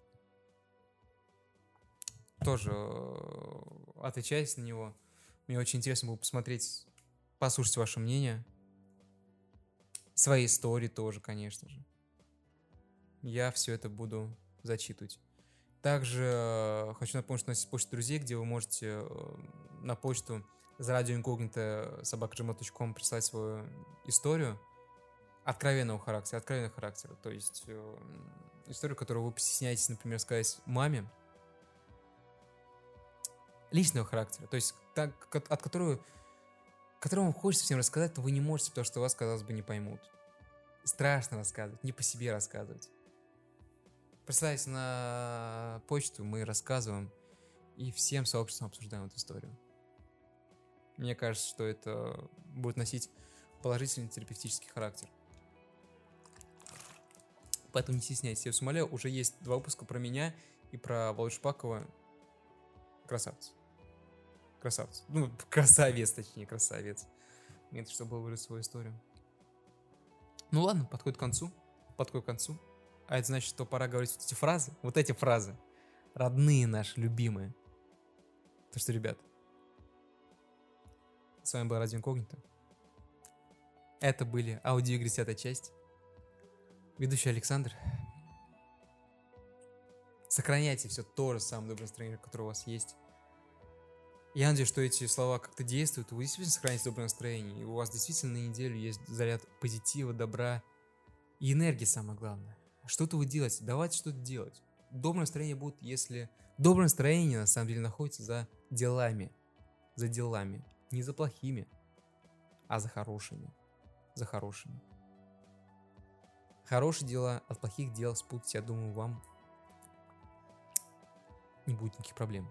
Тоже отвечайте на него. Мне очень интересно было посмотреть, послушать ваше мнение. Свои истории тоже, конечно же. Я все это буду зачитывать. Также хочу напомнить, что у нас есть почта друзей, где вы можете на почту за радио инкогнито собака джимейл точка ком прислать свою историю откровенного характера, откровенного характера. То есть историю, которую вы постесняетесь, например, сказать маме. Личного характера. То есть так, от которого, которого вам хочется всем рассказать, но вы не можете, потому что вас, казалось бы, не поймут. Страшно рассказывать, не по себе рассказывать. Присылайте на почту, мы рассказываем и всем сообществом обсуждаем эту историю. Мне кажется, что это будет носить положительный терапевтический характер. Поэтому не стесняйтесь. Я вас умоляю, уже есть два выпуска про меня и про Володю Шпакова. Красавец. Красавец. Ну, красавец, точнее, красавец. Нет, чтобы было выразить свою историю. Ну ладно, подходит к концу. Подходит к концу. А это значит, что пора говорить вот эти фразы. Вот эти фразы. Родные наши, любимые. То что, ребят, с вами был Радио Инкогнито. Это были аудиоигры десятая часть. Ведущий Александр. Сохраняйте все то же самое доброе настроение, которое у вас есть. Я надеюсь, что эти слова как-то действуют, и вы действительно сохраняете доброе настроение, и у вас действительно на неделю есть заряд позитива, добра и энергии, самое главное. Что-то вы делаете, давайте что-то делать. Доброе настроение будет, если... Доброе настроение, на самом деле, находится за делами. За делами. Не за плохими, а за хорошими. За хорошими. Хорошие дела от плохих дел спутать, я думаю, вам не будет никаких проблем.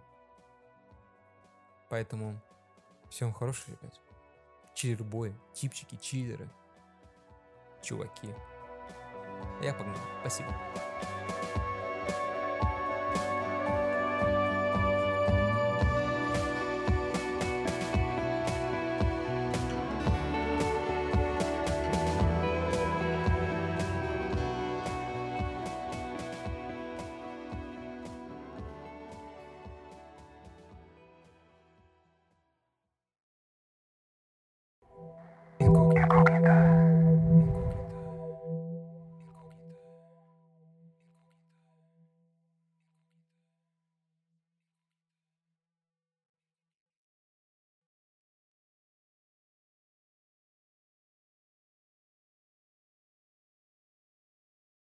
Поэтому всем хорошего, ребят. Чиллер-бои, типчики, чиллеры, чуваки. Я погнал. Спасибо.